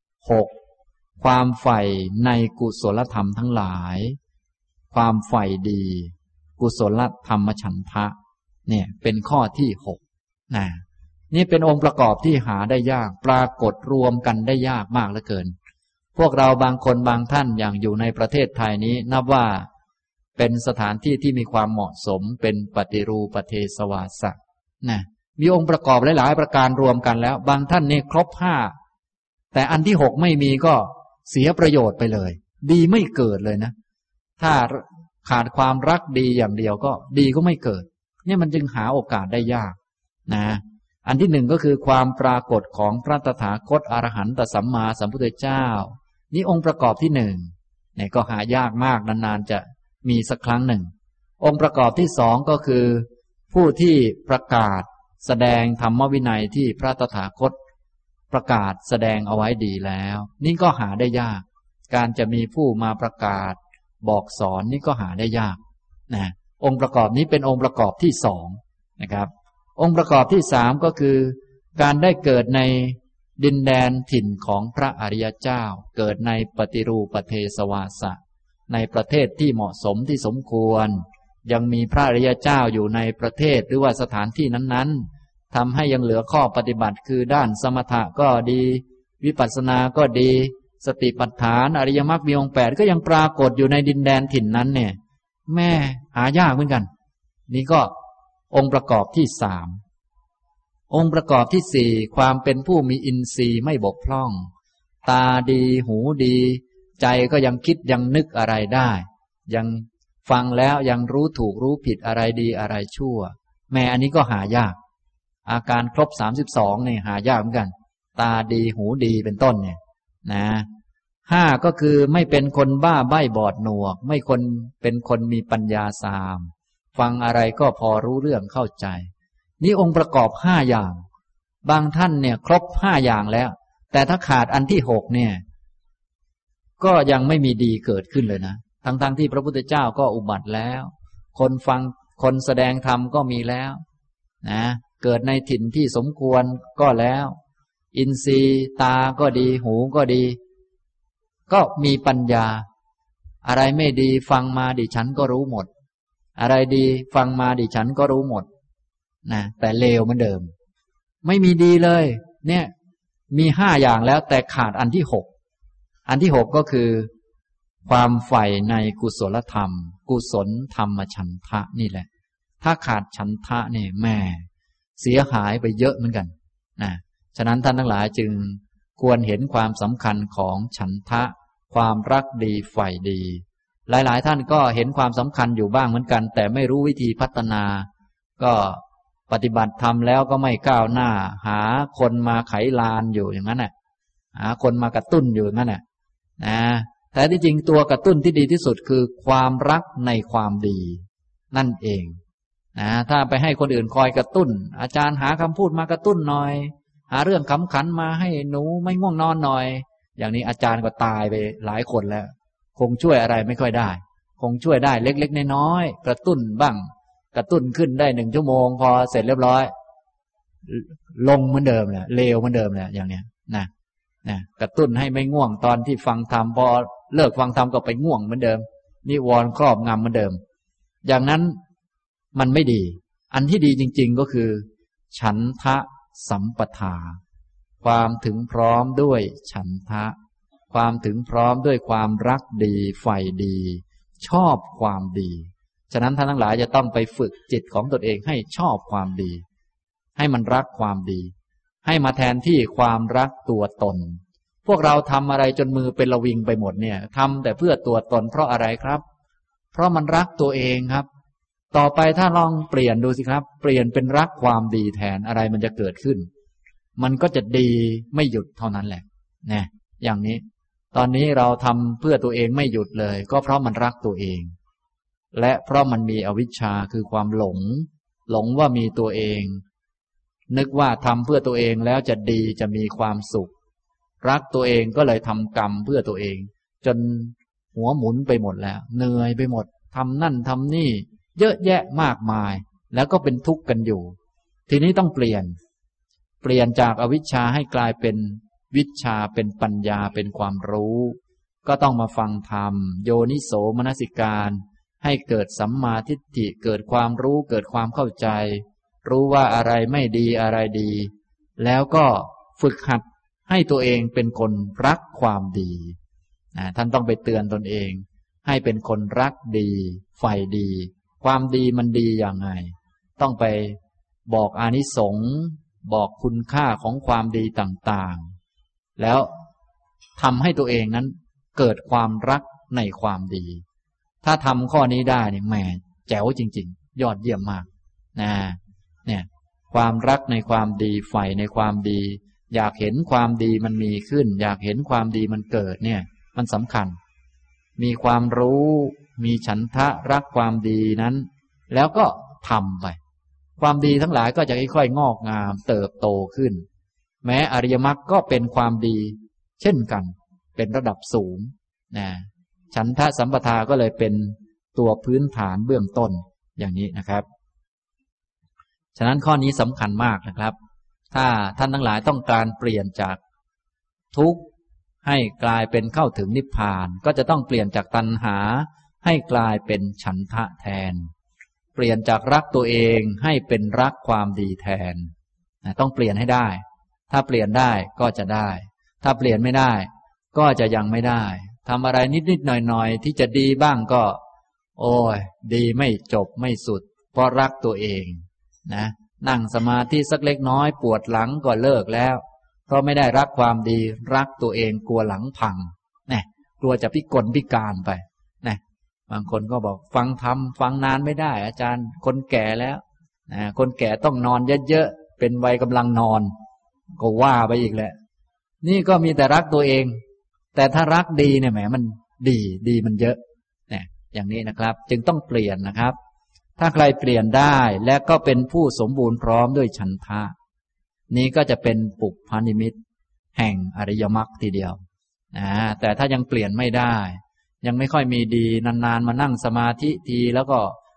6ความใฝ่ในกุศลธรรมทั้งหลายความใฝ่ดีกุศลธรรมฉันทะเนี่ยเป็นข้อที่6นะนี่เป็นองค์ประกอบที่หาได้ยากปรากฏรวมกันได้ยากมากเหลือเกินพวกเราบางคนบางท่านอย่างอยู่ในประเทศไทยนี้นับว่าเป็นสถานที่ที่มีความเหมาะสมเป็นปฏิรูปเทศวาสะนะมีองค์ประกอบหลายๆประการรวมกันแล้วบางท่านนี่ครบ5แต่อันที่6ไม่มีก็เสียประโยชน์ไปเลยดีไม่เกิดเลยนะถ้าขาดความรักดีอย่างเดียวก็ดีก็ไม่เกิดเนี่ยมันจึงหาโอกาสได้ยากนะอันที่1ก็คือความปรากฏของพระตถาคตอรหันตสัมมาสัมพุทธเจ้านี่องค์ประกอบที่1เนี่ยก็หายากมากนานๆจะมีสักครั้งหนึ่งองค์ประกอบที่2ก็คือผู้ที่ประกาศแสดงธรรมวินัยที่พระตถาคตประกาศแสดงเอาไว้ดีแล้วนี่ก็หาได้ยากการจะมีผู้มาประกาศบอกสอนนี่ก็หาได้ยากนะองค์ประกอบนี้เป็นองค์ประกอบที่2นะครับองค์ประกอบที่3ก็คือการได้เกิดในดินแดนถิ่นของพระอริยเจ้าเกิดในปฏิรูปเทศวาสะในประเทศที่เหมาะสมที่สมควรยังมีพระอริยเจ้าอยู่ในประเทศหรือว่าสถานที่นั้นๆทำให้ยังเหลือข้อปฏิบัติคือด้านสมถะก็ดีวิปัสสนาก็ดีสติปัฏฐานอริยมรรคมีองค์8ก็ยังปรากฏอยู่ในดินแดนถิ่นนั้นเนี่ยแม่หายากเหมือนกันนี่ก็องค์ประกอบที่3องค์ประกอบที่4ความเป็นผู้มีอินทรีย์ไม่บกพร่องตาดีหูดีใจก็ยังคิดยังนึกอะไรได้ยังฟังแล้วยังรู้ถูกรู้ผิดอะไรดีอะไรชั่วแม่อันนี้ก็หายากอาการครบ32เนี่ยหายากเหมือนกันตาดีหูดีเป็นต้นเนี่ยนะ5ก็คือไม่เป็นคนบ้าใบ้บอดหนวกไม่เป็นคนมีปัญญาสามฟังอะไรก็พอรู้เรื่องเข้าใจนี่องค์ประกอบ5อย่างบางท่านเนี่ยครบ5อย่างแล้วแต่ถ้าขาดอันที่6เนี่ยก็ยังไม่มีดีเกิดขึ้นเลยนะทั้งที่พระพุทธเจ้าก็อุบัติแล้วคนฟังคนแสดงธรรมก็มีแล้วนะเกิดในถิ่นที่สมควรก็แล้วอินทรีย์ตาก็ดีหูก็ดีก็มีปัญญาอะไรไม่ดีฟังมาดิฉันก็รู้หมดอะไรดีฟังมาดิฉันก็รู้หมดนะแต่เลวเหมือนเดิมไม่มีดีเลยเนี่ยมี5อย่างแล้วแต่ขาดอันที่6อันที่6ก็คือความใฝ่ในกุศลธรรมกุศลธรรมฉันทะนี่แหละถ้าขาดฉันทะเนี่ยแม่เสียหายไปเยอะเหมือนกันนะฉะนั้นท่านทั้งหลายจึงควรเห็นความสำคัญของฉันทะความรักดีใฝ่ดีหลายๆท่านก็เห็นความสำคัญอยู่บ้างเหมือนกันแต่ไม่รู้วิธีพัฒนาก็ปฏิบัติธรรมแล้วก็ไม่ก้าวหน้าหาคนมาไขลานอยู่อย่างนั้นน่ะหาคนมากระตุ้นอยู่อย่างนั้นน่ะนะแต่ที่จริงตัวกระตุ้นที่ดีที่สุดคือความรักในความดีนั่นเองนะถ้าไปให้คนอื่นคอยกระตุ้นอาจารย์หาคำพูดมากระตุ้นหน่อยหาเรื่องขำขันมาให้หนูไม่ง่วงนอนหน่อยอย่างนี้อาจารย์ก็ตายไปหลายคนแล้วคงช่วยอะไรไม่ค่อยได้คงช่วยได้เล็กๆน้อยๆกระตุ้นบ้างกระตุ้นขึ้นได้1 ชั่วโมงพอเสร็จเรียบร้อยลงเหมือนเดิมแหละเลวเหมือนเดิมแหละอย่างเนี้ยนะกระตุ้นให้ไม่ง่วงตอนที่ฟังธรรมพอเลิกฟังธรรมก็ไปง่วงเหมือนเดิมนิวรณ์ครอบงำเหมือนเดิมอย่างนั้นมันไม่ดีอันที่ดีจริงๆก็คือฉันทะสัมปทาความถึงพร้อมด้วยฉันทะความถึงพร้อมด้วยความรักดีใฝ่ดีชอบความดีฉะนั้นท่านทั้งหลายจะต้องไปฝึกจิตของตนเองให้ชอบความดีให้มันรักความดีให้มาแทนที่ความรักตัวตนพวกเราทำอะไรจนมือเป็นระวิงไปหมดเนี่ยทำแต่เพื่อตัวตนเพราะอะไรครับเพราะมันรักตัวเองครับต่อไปถ้าลองเปลี่ยนดูสิครับเปลี่ยนเป็นรักความดีแทนอะไรมันจะเกิดขึ้นมันก็จะดีไม่หยุดเท่านั้นแหละนะอย่างนี้ตอนนี้เราทำเพื่อตัวเองไม่หยุดเลยก็เพราะมันรักตัวเองและเพราะมันมีอวิชชาคือความหลงว่ามีตัวเองนึกว่าทำเพื่อตัวเองแล้วจะดีจะมีความสุขรักตัวเองก็เลยทำกรรมเพื่อตัวเองจนหัวหมุนไปหมดแล้วเหนื่อยไปหมดทำนั่นทำนี่เยอะแยะมากมายแล้วก็เป็นทุกข์กันอยู่ทีนี้ต้องเปลี่ยนจากอวิชชาให้กลายเป็นวิชชาเป็นปัญญาเป็นความรู้ก็ต้องมาฟังธรรมโยนิโสมนสิการให้เกิดสัมมาทิฏฐิเกิดความรู้เกิดความเข้าใจรู้ว่าอะไรไม่ดีอะไรดีแล้วก็ฝึกหัดให้ตัวเองเป็นคนรักความดีท่านต้องไปเตือนตนเองให้เป็นคนรักดีใฝ่ดีความดีมันดีอย่างไรต้องไปบอกอานิสงส์บอกคุณค่าของความดีต่างๆแล้วทำให้ตัวเองนั้นเกิดความรักในความดีถ้าทำข้อนี้ได้เนี่ยแหมแจ๋วจริงๆยอดเยี่ยมมากเนี่ยความรักในความดีใฝ่ในความดีอยากเห็นความดีมันมีขึ้นอยากเห็นความดีมันเกิดเนี่ยมันสำคัญมีความรู้มีฉันทะรักความดีนั้นแล้วก็ทำไปความดีทั้งหลายก็จะค่อยๆงอกงามเติบโตขึ้นแม้อริยมรรคก็เป็นความดีเช่นกันเป็นระดับสูงฉันทะสัมปทาก็เลยเป็นตัวพื้นฐานเบื้องต้นอย่างนี้นะครับฉะนั้นข้อนี้สำคัญมากนะครับถ้าท่านทั้งหลายต้องการเปลี่ยนจากทุกข์ให้กลายเป็นเข้าถึงนิพพานก็จะต้องเปลี่ยนจากตัณหาให้กลายเป็นฉันทะแทนเปลี่ยนจากรักตัวเองให้เป็นรักความดีแทนต้องเปลี่ยนให้ได้ถ้าเปลี่ยนได้ก็จะได้ถ้าเปลี่ยนไม่ได้ก็จะยังไม่ได้ทำอะไรนิดๆหน่อยๆที่จะดีบ้างก็โอ้ยดีไม่จบไม่สุดเพราะรักตัวเองนะนั่งสมาธิสักเล็กน้อยปวดหลังก็เลิกแล้วเพราะไม่ได้รักความดีรักตัวเองกลัวหลังพังกลัวจะพิกลพิการไปบางคนก็บอกฟังธรรมฟังนานไม่ได้อาจารย์คนแก่แล้วคนแก่ต้องนอนเยอะๆเป็นวัยกำลังนอนก็ว่าไปอีกแหละนี่ก็มีแต่รักตัวเองแต่ถ้ารักดีเนี่ยแหมมันดีมันเยอะอย่างนี้นะครับจึงต้องเปลี่ยนนะครับถ้าใครเปลี่ยนได้และก็เป็นผู้สมบูรณ์พร้อมด้วยฉันทะนี้ก็จะเป็นปุพพนิมิตแห่งอริยมรรคทีเดียวแต่ถ้ายังเปลี่ยนไม่ได้ยังไม่ค่อยมีดีนานๆมานั่งสมาธิทีแล้วก็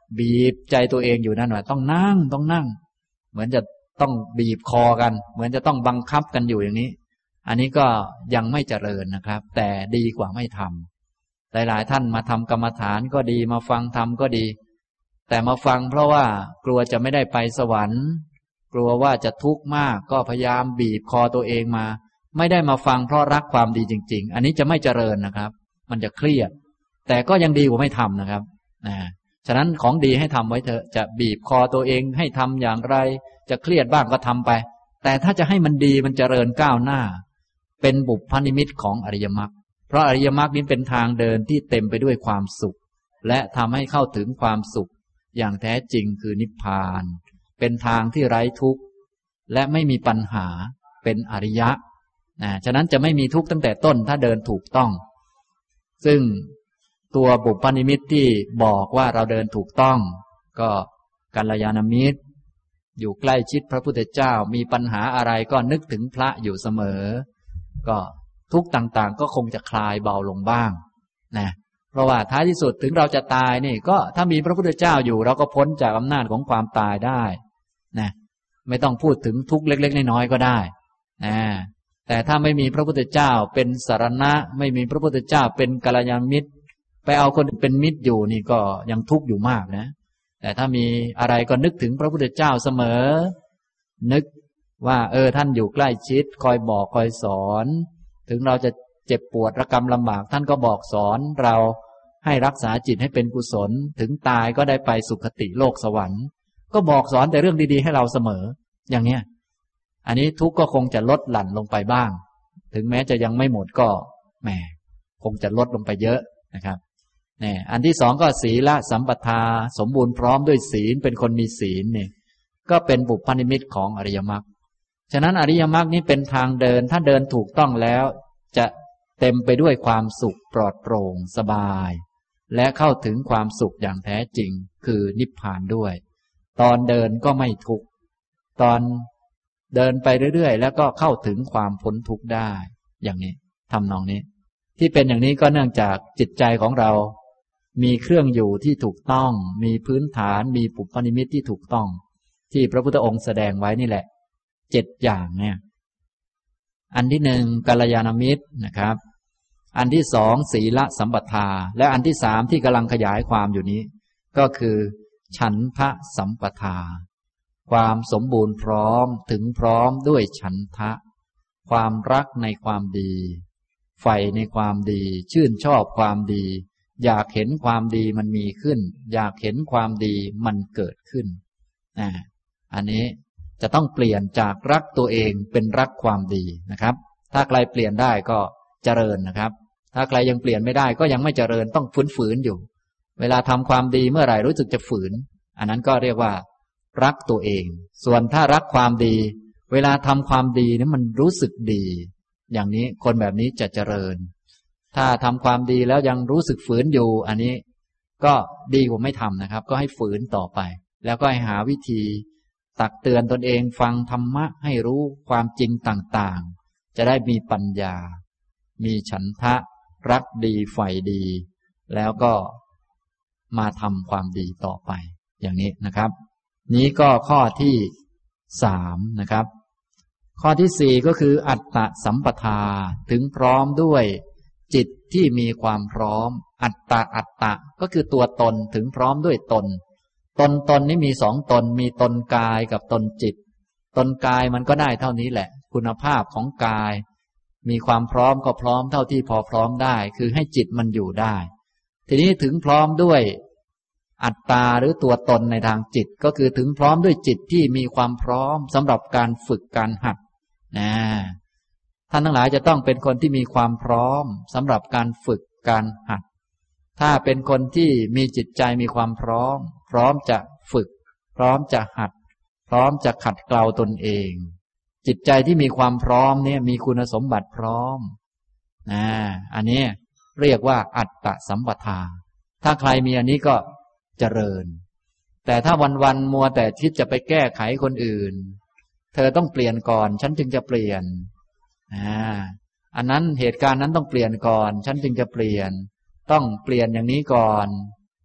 บีบใจตัวเองอยู่นั่นว่าต้องนั่งเหมือนจะต้องบีบคอกันเหมือนจะต้องบังคับกันอยู่อย่างนี้อันนี้ก็ยังไม่เจริญนะครับแต่ดีกว่าไม่ทำหลายๆท่านมาทำกรรมฐานก็ดีมาฟังธรรมก็ดีแต่มาฟังเพราะว่ากลัวจะไม่ได้ไปสวรรค์กลัวว่าจะทุกข์มากก็พยายามบีบคอตัวเองมาไม่ได้มาฟังเพราะรักความดีจริงๆอันนี้จะไม่เจริญนะครับมันจะเครียดแต่ก็ยังดีกว่าไม่ทำนะครับฉะนั้นของดีให้ทำไว้เถอะจะบีบคอตัวเองให้ทำอย่างไรจะเครียดบ้างก็ทำไปแต่ถ้าจะให้มันดีมันเจริญก้าวหน้าเป็นบุพนิมิตของอริยมรรคเพราะอริยมรรคนี้เป็นทางเดินที่เต็มไปด้วยความสุขและทำให้เข้าถึงความสุขอย่างแท้จริงคือนิพพานเป็นทางที่ไร้ทุกข์และไม่มีปัญหาเป็นอริยะฉะนั้นจะไม่มีทุกข์ตั้งแต่ต้นถ้าเดินถูกต้องซึ่งตัวบุพนิมิตที่บอกว่าเราเดินถูกต้องก็กัลยาณมิตรอยู่ใกล้ชิดพระพุทธเจ้ามีปัญหาอะไรก็นึกถึงพระอยู่เสมอก็ทุกข์ต่างๆก็คงจะคลายเบาลงบ้างนะเพราะว่าท้ายที่สุดถึงเราจะตายนี่ก็ถ้ามีพระพุทธเจ้าอยู่เราก็พ้นจากอำนาจของความตายได้นะไม่ต้องพูดถึงทุกข์เล็กๆน้อยๆก็ได้นะแต่ถ้าไม่มีพระพุทธเจ้าเป็นสรณะไม่มีพระพุทธเจ้าเป็นกัลยาณมิตรไปเอาคนเป็นมิตรอยู่นี่ก็ยังทุกข์อยู่มากนะแต่ถ้ามีอะไรก็นึกถึงพระพุทธเจ้าเสมอนึกว่าท่านอยู่ใกล้ชิดคอยบอกคอยสอนถึงเราจะเจ็บปวดระกำลำบากท่านก็บอกสอนเราให้รักษาจิตให้เป็นกุศลถึงตายก็ได้ไปสุคติโลกสวรรค์ก็บอกสอนแต่เรื่องดีๆให้เราเสมออย่างเนี้ยอันนี้ทุกข์ก็คงจะลดหลั่นลงไปบ้างถึงแม้จะยังไม่หมดก็แหมคงจะลดลงไปเยอะนะครับเนี่ยอันที่สองก็ศีลสัมปทาสมบูรณ์พร้อมด้วยศีลเป็นคนมีศีลเนี่ยก็เป็นบุพนิมิตของอริยมรรคฉะนั้นอริยมรรคนี้เป็นทางเดินถ้าเดินถูกต้องแล้วจะเต็มไปด้วยความสุขปลอดโปร่งสบายและเข้าถึงความสุขอย่างแท้จริงคือนิพพานด้วยตอนเดินก็ไม่ทุกข์ตอนเดินไปเรื่อยๆแล้วก็เข้าถึงความพ้นทุกข์ได้อย่างนี้ทำนองนี้ที่เป็นอย่างนี้ก็เนื่องจากจิตใจของเรามีเครื่องอยู่ที่ถูกต้องมีพื้นฐานมีปุพพนิมิตที่ถูกต้องที่พระพุทธองค์แสดงไว้นี่แหละ7อย่างเนี่ยอันที่หนึ่งกัลยาณมิตรนะครับอันที่สองศีลสัมปทาและอันที่สามที่กำลังขยายความอยู่นี้ก็คือฉันทะสัมปทาความสมบูรณ์พร้อมถึงพร้อมด้วยฉันทะความรักในความดีใฝ่ในความดีชื่นชอบความดีอยากเห็นความดีมันมีขึ้นอยากเห็นความดีมันเกิดขึ้นอันนี้จะต้องเปลี่ยนจากรักตัวเองเป็นรักความดีนะครับถ้าใครเปลี่ยนได้ก็เจริญนะครับถ้าใครยังเปลี่ยนไม่ได้ก็ยังไม่เจริญต้องฝืนอยู่เวลาทำความดีเมื่อไหร่รู้สึกจะฝืนอันนั้นก็เรียกว่ารักตัวเองส่วนถ้ารักความดีเวลาทำความดีนี่มันรู้สึกดีอย่างนี้คนแบบนี้จะเจริญถ้าทำความดีแล้วยังรู้สึกฝืนอยู่อันนี้ก็ดีกว่าไม่ทำนะครับก็ให้ฝืนต่อไปแล้วก็ให้หาวิธีตักเตือนตนเองฟังธรรมะให้รู้ความจริงต่างๆจะได้มีปัญญามีฉันทะรักดีใฝ่ดีแล้วก็มาทำความดีต่อไปอย่างนี้นะครับนี้ก็ข้อที่3นะครับข้อที่4ก็คืออัตตสัมปทาถึงพร้อมด้วยจิตที่มีความพร้อมอัตตะก็คือตัวตนถึงพร้อมด้วยตนนี้มี2ตนมีตนกายกับตนจิตตนกายมันก็ได้เท่านี้แหละคุณภาพของกายมีความพร้อมก็พร้อมเท่าที่พอพร้อมได้คือให้จิตมันอยู่ได้ทีนี้ถึงพร้อมด้วยอัตตาหรือตัวตนในทางจิตก็คือถึงพร้อมด้วยจิตที่มีความพร้อมสำหรับการฝึกการหัดท่านทั้งหลายจะต้องเป็นคนที่มีความพร้อมสำหรับการฝึกการหัดถ้าเป็นคนที่มีจิตใจมีความพร้อมจะฝึกพร้อมจะหัดพร้อมจะขัดเกลาตนเองจิตใจที่มีความพร้อมเนี่ยมีคุณสมบัติพร้อมอันนี้เรียกว่าอัตตสัมปทาถ้าใครมีอันนี้ก็เจริญแต่ถ้าวันๆมัวแต่คิดจะไปแก้ไขคนอื่นเธอต้องเปลี่ยนก่อนฉันจึงจะเปลี่ยนอันนั้นเหตุการณ์นั้นต้องเปลี่ยนก่อนฉันจึงจะเปลี่ยนต้องเปลี่ยนอย่างนี้ก่อน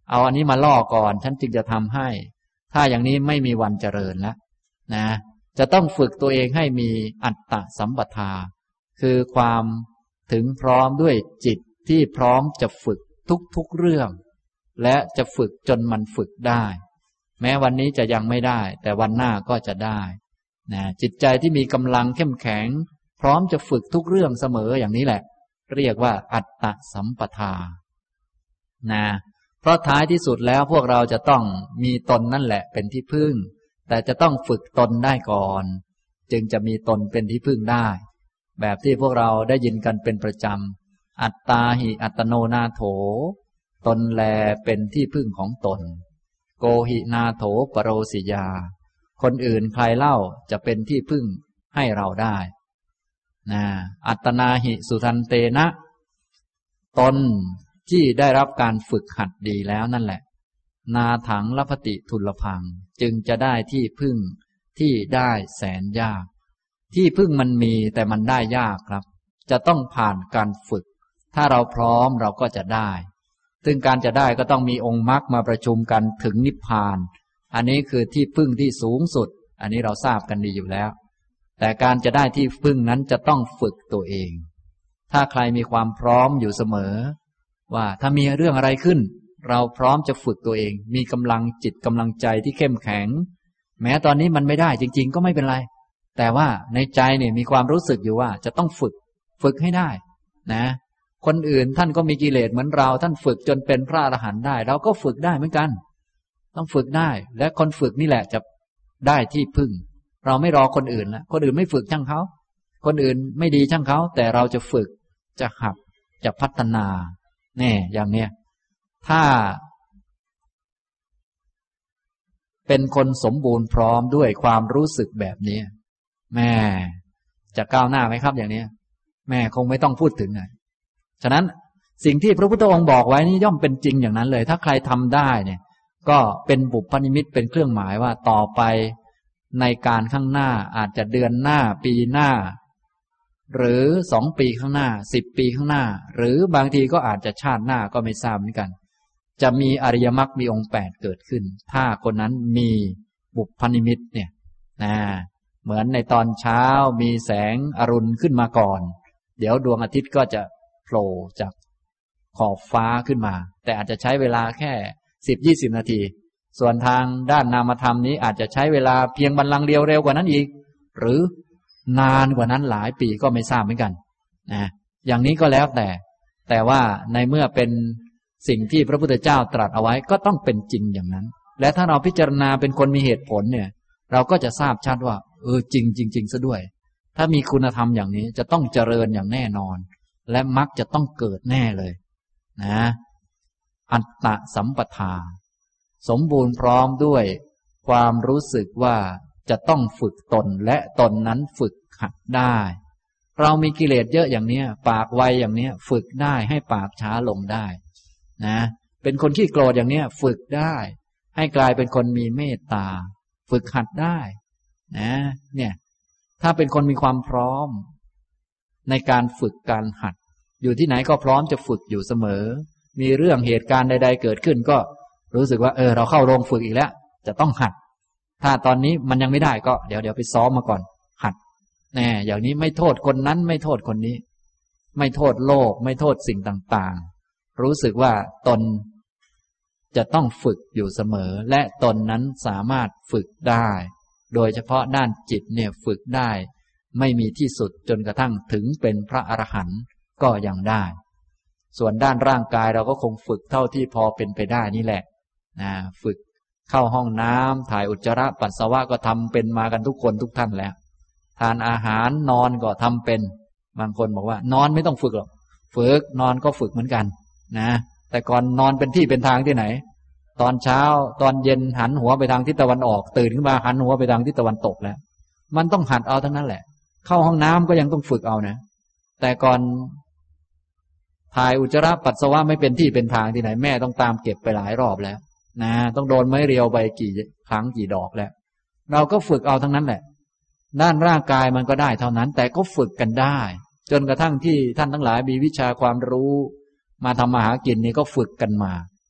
เอาอันนี้มาล่อก่อนฉันจึงจะทำให้ถ้าอย่างนี้ไม่มีวันเจริญแล้วนะจะต้องฝึกตัวเองให้มีอัตตสัมปทาคือความถึงพร้อมด้วยจิตที่พร้อมจะฝึกทุกๆเรื่องและจะฝึกจนมันฝึกได้แม้วันนี้จะยังไม่ได้แต่วันหน้าก็จะได้นะจิตใจที่มีกำลังเข้มแข็งพร้อมจะฝึกทุกเรื่องเสมออย่างนี้แหละเรียกว่าอัตตสัมปทานะเพราะท้ายที่สุดแล้วพวกเราจะต้องมีตนนั่นแหละเป็นที่พึ่งแต่จะต้องฝึกตนได้ก่อนจึงจะมีตนเป็นที่พึ่งได้แบบที่พวกเราได้ยินกันเป็นประจำอัตตาหิอัตโนนาโถตนแลเป็นที่พึ่งของตนโกหินาโถปโรสิยาคนอื่นใครเล่าจะเป็นที่พึ่งให้เราได้นะอัตนาหิสุทันเตนะตนที่ได้รับการฝึกหัดดีแล้วนั่นแหละนาถังลภติทุลพังจึงจะได้ที่พึ่งที่ได้แสนยากที่พึ่งมันมีแต่มันได้ยากครับจะต้องผ่านการฝึกถ้าเราพร้อมเราก็จะได้ซึ่งการจะได้ก็ต้องมีองค์มรรคมาประชุมกันถึงนิพพานอันนี้คือที่พึ่งที่สูงสุดอันนี้เราทราบกันดีอยู่แล้วแต่การจะได้ที่พึ่งนั้นจะต้องฝึกตัวเองถ้าใครมีความพร้อมอยู่เสมอว่าถ้ามีเรื่องอะไรขึ้นเราพร้อมจะฝึกตัวเองมีกำลังจิตกำลังใจที่เข้มแข็งแม้ตอนนี้มันไม่ได้จริงๆก็ไม่เป็นไรแต่ว่าในใจเนี่ยมีความรู้สึกอยู่ว่าจะต้องฝึกให้ได้นะคนอื่นท่านก็มีกิเลสเหมือนเราท่านฝึกจนเป็นพระอรหันต์ได้เราก็ฝึกได้เหมือนกันต้องฝึกได้และคนฝึกนี่แหละจะได้ที่พึ่งเราไม่รอคนอื่นแล้วคนอื่นไม่ฝึกช่างเขาคนอื่นไม่ดีช่างเขาแต่เราจะฝึกจะหัดจะพัฒนาแน่อย่างเนี้ยถ้าเป็นคนสมบูรณ์พร้อมด้วยความรู้สึกแบบนี้แม่จะก้าวหน้าไหมครับอย่างนี้แม่คงไม่ต้องพูดถึงเลยฉะนั้นสิ่งที่พระพุทธองค์บอกไว้นี่ย่อมเป็นจริงอย่างนั้นเลยถ้าใครทำได้เนี่ยก็เป็นบุพนิมิตเป็นเครื่องหมายว่าต่อไปในการข้างหน้าอาจจะเดือนหน้าปีหน้าหรือ2 ปีข้างหน้า10 ปีข้างหน้าหรือบางทีก็อาจจะชาติหน้าก็ไม่ทราบเหมือนกันจะมีอริยมรรคมีองค์8เกิดขึ้นถ้าคนนั้นมีบุพนิมิตเนี่ยเหมือนในตอนเช้ามีแสงอรุณขึ้นมาก่อนเดี๋ยวดวงอาทิตย์ก็จะโผล่จากขอบฟ้าขึ้นมาแต่อาจจะใช้เวลาแค่10-20 นาทีส่วนทางด้านนามธรรมนี้อาจจะใช้เวลาเพียงบัลลังก์เดียวเร็วกว่านั้นอีกหรือนานกว่านั้นหลายปีก็ไม่ทราบเหมือนกันอย่างนี้ก็แล้วแต่ว่าในเมื่อเป็นสิ่งที่พระพุทธเจ้าตรัสเอาไว้ก็ต้องเป็นจริงอย่างนั้นและถ้าเราพิจารณาเป็นคนมีเหตุผลเนี่ยเราก็จะทราบชัดว่าจริงซะด้วยถ้ามีคุณธรรมอย่างนี้จะต้องเจริญอย่างแน่นอนและมรรคจะต้องเกิดแน่เลยนะอัตตสัมปทาสมบูรณ์พร้อมด้วยความรู้สึกว่าจะต้องฝึกตนและตนนั้นฝึกหัดได้เรามีกิเลสเยอะอย่างนี้ปากไวอย่างนี้ฝึกได้ให้ปากช้าลงได้นะเป็นคนขี้โกรธอย่างนี้ฝึกได้ให้กลายเป็นคนมีเมตตาฝึกหัดได้นะเนี่ยถ้าเป็นคนมีความพร้อมในการฝึกการหัดอยู่ที่ไหนก็พร้อมจะฝึกอยู่เสมอมีเรื่องเหตุการณ์ใดๆเกิดขึ้นก็รู้สึกว่าเราเข้าโรงฝึกอีกแล้วจะต้องหัดถ้าตอนนี้มันยังไม่ได้ก็เดี๋ยวไปซ้อมมาก่อนหัดแน่อย่างนี้ไม่โทษคนนั้นไม่โทษคนนี้ไม่โทษโลกไม่โทษสิ่งต่างๆรู้สึกว่าตนจะต้องฝึกอยู่เสมอและตนนั้นสามารถฝึกได้โดยเฉพาะด้านจิตเนี่ยฝึกได้ไม่มีที่สุดจนกระทั่งถึงเป็นพระอรหันต์ก็ยังได้ส่วนด้านร่างกายเราก็คงฝึกเท่าที่พอเป็นไปได้นี่แหละฝึกเข้าห้องน้ำถ่ายอุจจาระปัสสาวะก็ทำเป็นมากันทุกคนทุกท่านแล้วทานอาหารนอนก็ทำเป็นบางคนบอกว่านอนไม่ต้องฝึกหรอกฝึกนอนก็ฝึกเหมือนกันนะแต่ก่อนนอนเป็นที่เป็นทางที่ไหนตอนเช้าตอนเย็นหันหัวไปทางทิศตะวันออกตื่นขึ้นมาหันหัวไปทางทิศตะวันตกแล้วมันต้องหัดเอาทั้งนั้นแหละเข้าห้องน้ำก็ยังต้องฝึกเอานะแต่ก่อนถ่ายอุจจาระปัสสาวะไม่เป็นที่เป็นทางที่ไหนแม่ต้องตามเก็บไปหลายรอบแล้วนะต้องโดนไม้เรียวไปกี่ครั้งกี่ดอกแล้วเราก็ฝึกเอาทั้งนั้นแหละด้านร่างกายมันก็ได้เท่านั้นแต่ก็ฝึกกันได้จนกระทั่งที่ท่านทั้งหลายมีวิชาความรู้มาทำมาหากินนี่ก็ฝึกกันมา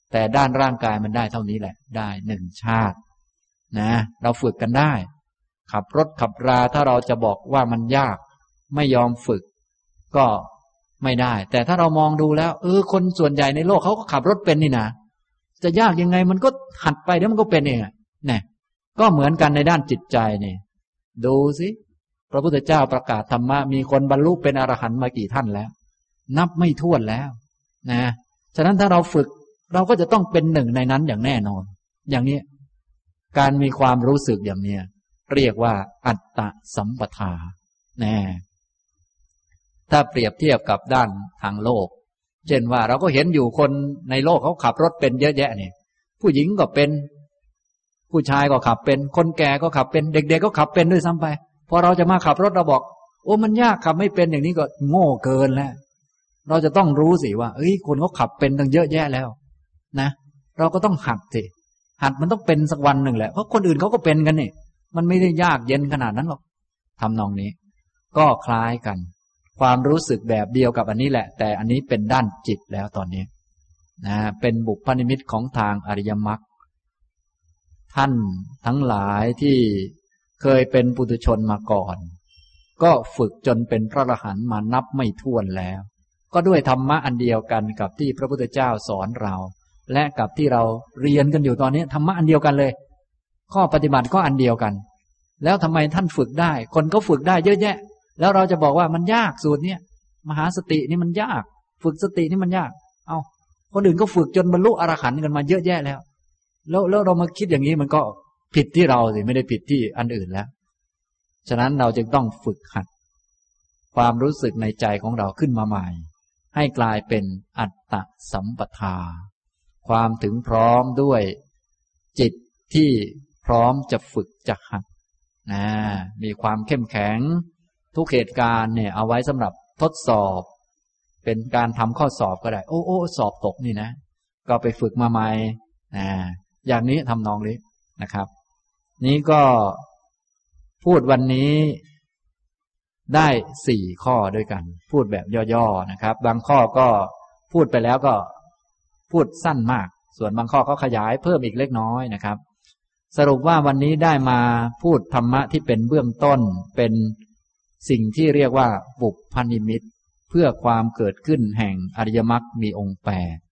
แต่ด้านร่างกายมันได้เท่านี้แหละได้1 ชาตินะเราฝึกกันได้ขับรถขับราถ้าเราจะบอกว่ามันยากไม่ยอมฝึกก็ไม่ได้แต่ถ้าเรามองดูแล้วคนส่วนใหญ่ในโลกเขาก็ขับรถเป็นนี่นะจะยากยังไงมันก็หัดไปแล้วมันก็เป็นเองเนี่ยก็เหมือนกันในด้านจิตใจนี่ดูสิพระพุทธเจ้าประกาศธรรมะมีคนบรรลุเป็นอรหันต์มากี่ท่านแล้วนับไม่ถ้วนแล้วนะฉะนั้นถ้าเราฝึกเราก็จะต้องเป็นหนึ่งในนั้นอย่างแน่นอนอย่างนี้การมีความรู้สึกอย่างนี้เรียกว่าอัตตสัมปทาแน่ถ้าเปรียบเทียบกับด้านทางโลกเช่นว่าเราก็เห็นอยู่คนในโลกเขาขับรถเป็นเยอะแยะเนี่ยผู้หญิงก็เป็นผู้ชายก็ขับเป็นคนแก่ก็ขับเป็นเด็กๆก็ขับเป็นด้วยซ้ำไปพอเราจะมาขับรถเราบอกโอ้มันยากขับไม่เป็นอย่างนี้ก็โง่เกินแล้วเราจะต้องรู้สิว่าคนเขาขับเป็นตั้งเยอะแยะแล้วนะเราก็ต้องหัดสิหัดมันต้องเป็นสักวันหนึ่งแหละเพราะคนอื่นเขาก็เป็นกันนี่มันไม่ได้ยากเย็นขนาดนั้นหรอกทำนองนี้ก็คล้ายกันความรู้สึกแบบเดียวกับอันนี้แหละแต่อันนี้เป็นด้านจิตแล้วตอนนี้นะเป็นบุพนิมิตของทางอริยมรรคท่านทั้งหลายที่เคยเป็นปุถุชนมาก่อนก็ฝึกจนเป็นพระอรหันต์มานับไม่ถ้วนแล้วก็ด้วยธรรมะอันเดียวกันกับที่พระพุทธเจ้าสอนเราและกับที่เราเรียนกันอยู่ตอนนี้ธรรมะอันเดียวกันเลยข้อปฏิบัติก็อันเดียวกันแล้วทำไมท่านฝึกได้คนก็ฝึกได้เยอะแยะแล้วเราจะบอกว่ามันยากสูตรเนี้ยมหาสตินี่มันยากฝึกสตินี่มันยากคนอื่นก็ฝึกจนบรรลุอรหันต์กันมาเยอะแยะแล้วเรามาคิดอย่างนี้มันก็ผิดที่เราสิไม่ได้ผิดที่อันอื่นแล้วฉะนั้นเราจึงต้องฝึกหัดความรู้สึกในใจของเราขึ้นมาใหม่ให้กลายเป็นอัตตสัมปทาความถึงพร้อมด้วยจิตที่พร้อมจะฝึกจะหัดมีความเข้มแข็งทุกเหตุการณ์เนี่ยเอาไว้สำหรับทดสอบเป็นการทำข้อสอบก็ได้โอ้สอบตกนี่นะก็ไปฝึกมาใหม่อย่างนี้ทำนองนี้นะครับนี้ก็พูดวันนี้ได้4 ข้อด้วยกันพูดแบบย่อๆนะครับบางข้อก็พูดไปแล้วก็พูดสั้นมากส่วนบางข้อก็ขยายเพิ่มอีกเล็กน้อยนะครับสรุปว่าวันนี้ได้มาพูดธรรมะที่เป็นเบื้องต้นเป็นสิ่งที่เรียกว่าบุพนิมิตเพื่อความเกิดขึ้นแห่งอริยมรรคมีองค์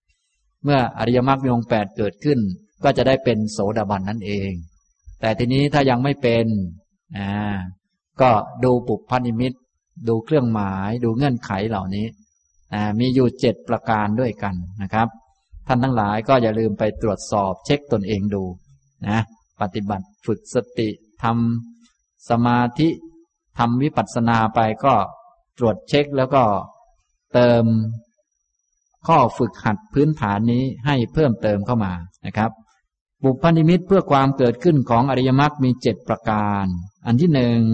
8เมื่ออริยมรรคมีองค์8เกิดขึ้นก็จะได้เป็นโสดาบันนั่นเองแต่ทีนี้ถ้ายังไม่เป็นก็ดูบุพนิมิตดูเครื่องหมายดูเงื่อนไขเหล่านี้มีอยู่7 ประการด้วยกันนะครับท่านทั้งหลายก็อย่าลืมไปตรวจสอบเช็คตนเองดูนะปฏิบัติฝึกสติทำสมาธิทำวิปัสสนาไปก็ตรวจเช็คแล้วก็เติมข้อฝึกหัดพื้นฐานนี้ให้เพิ่มเติมเข้ามานะครับบุพนิมิตเพื่อความเกิดขึ้นของอริยมรรคมี7 ประการอันที่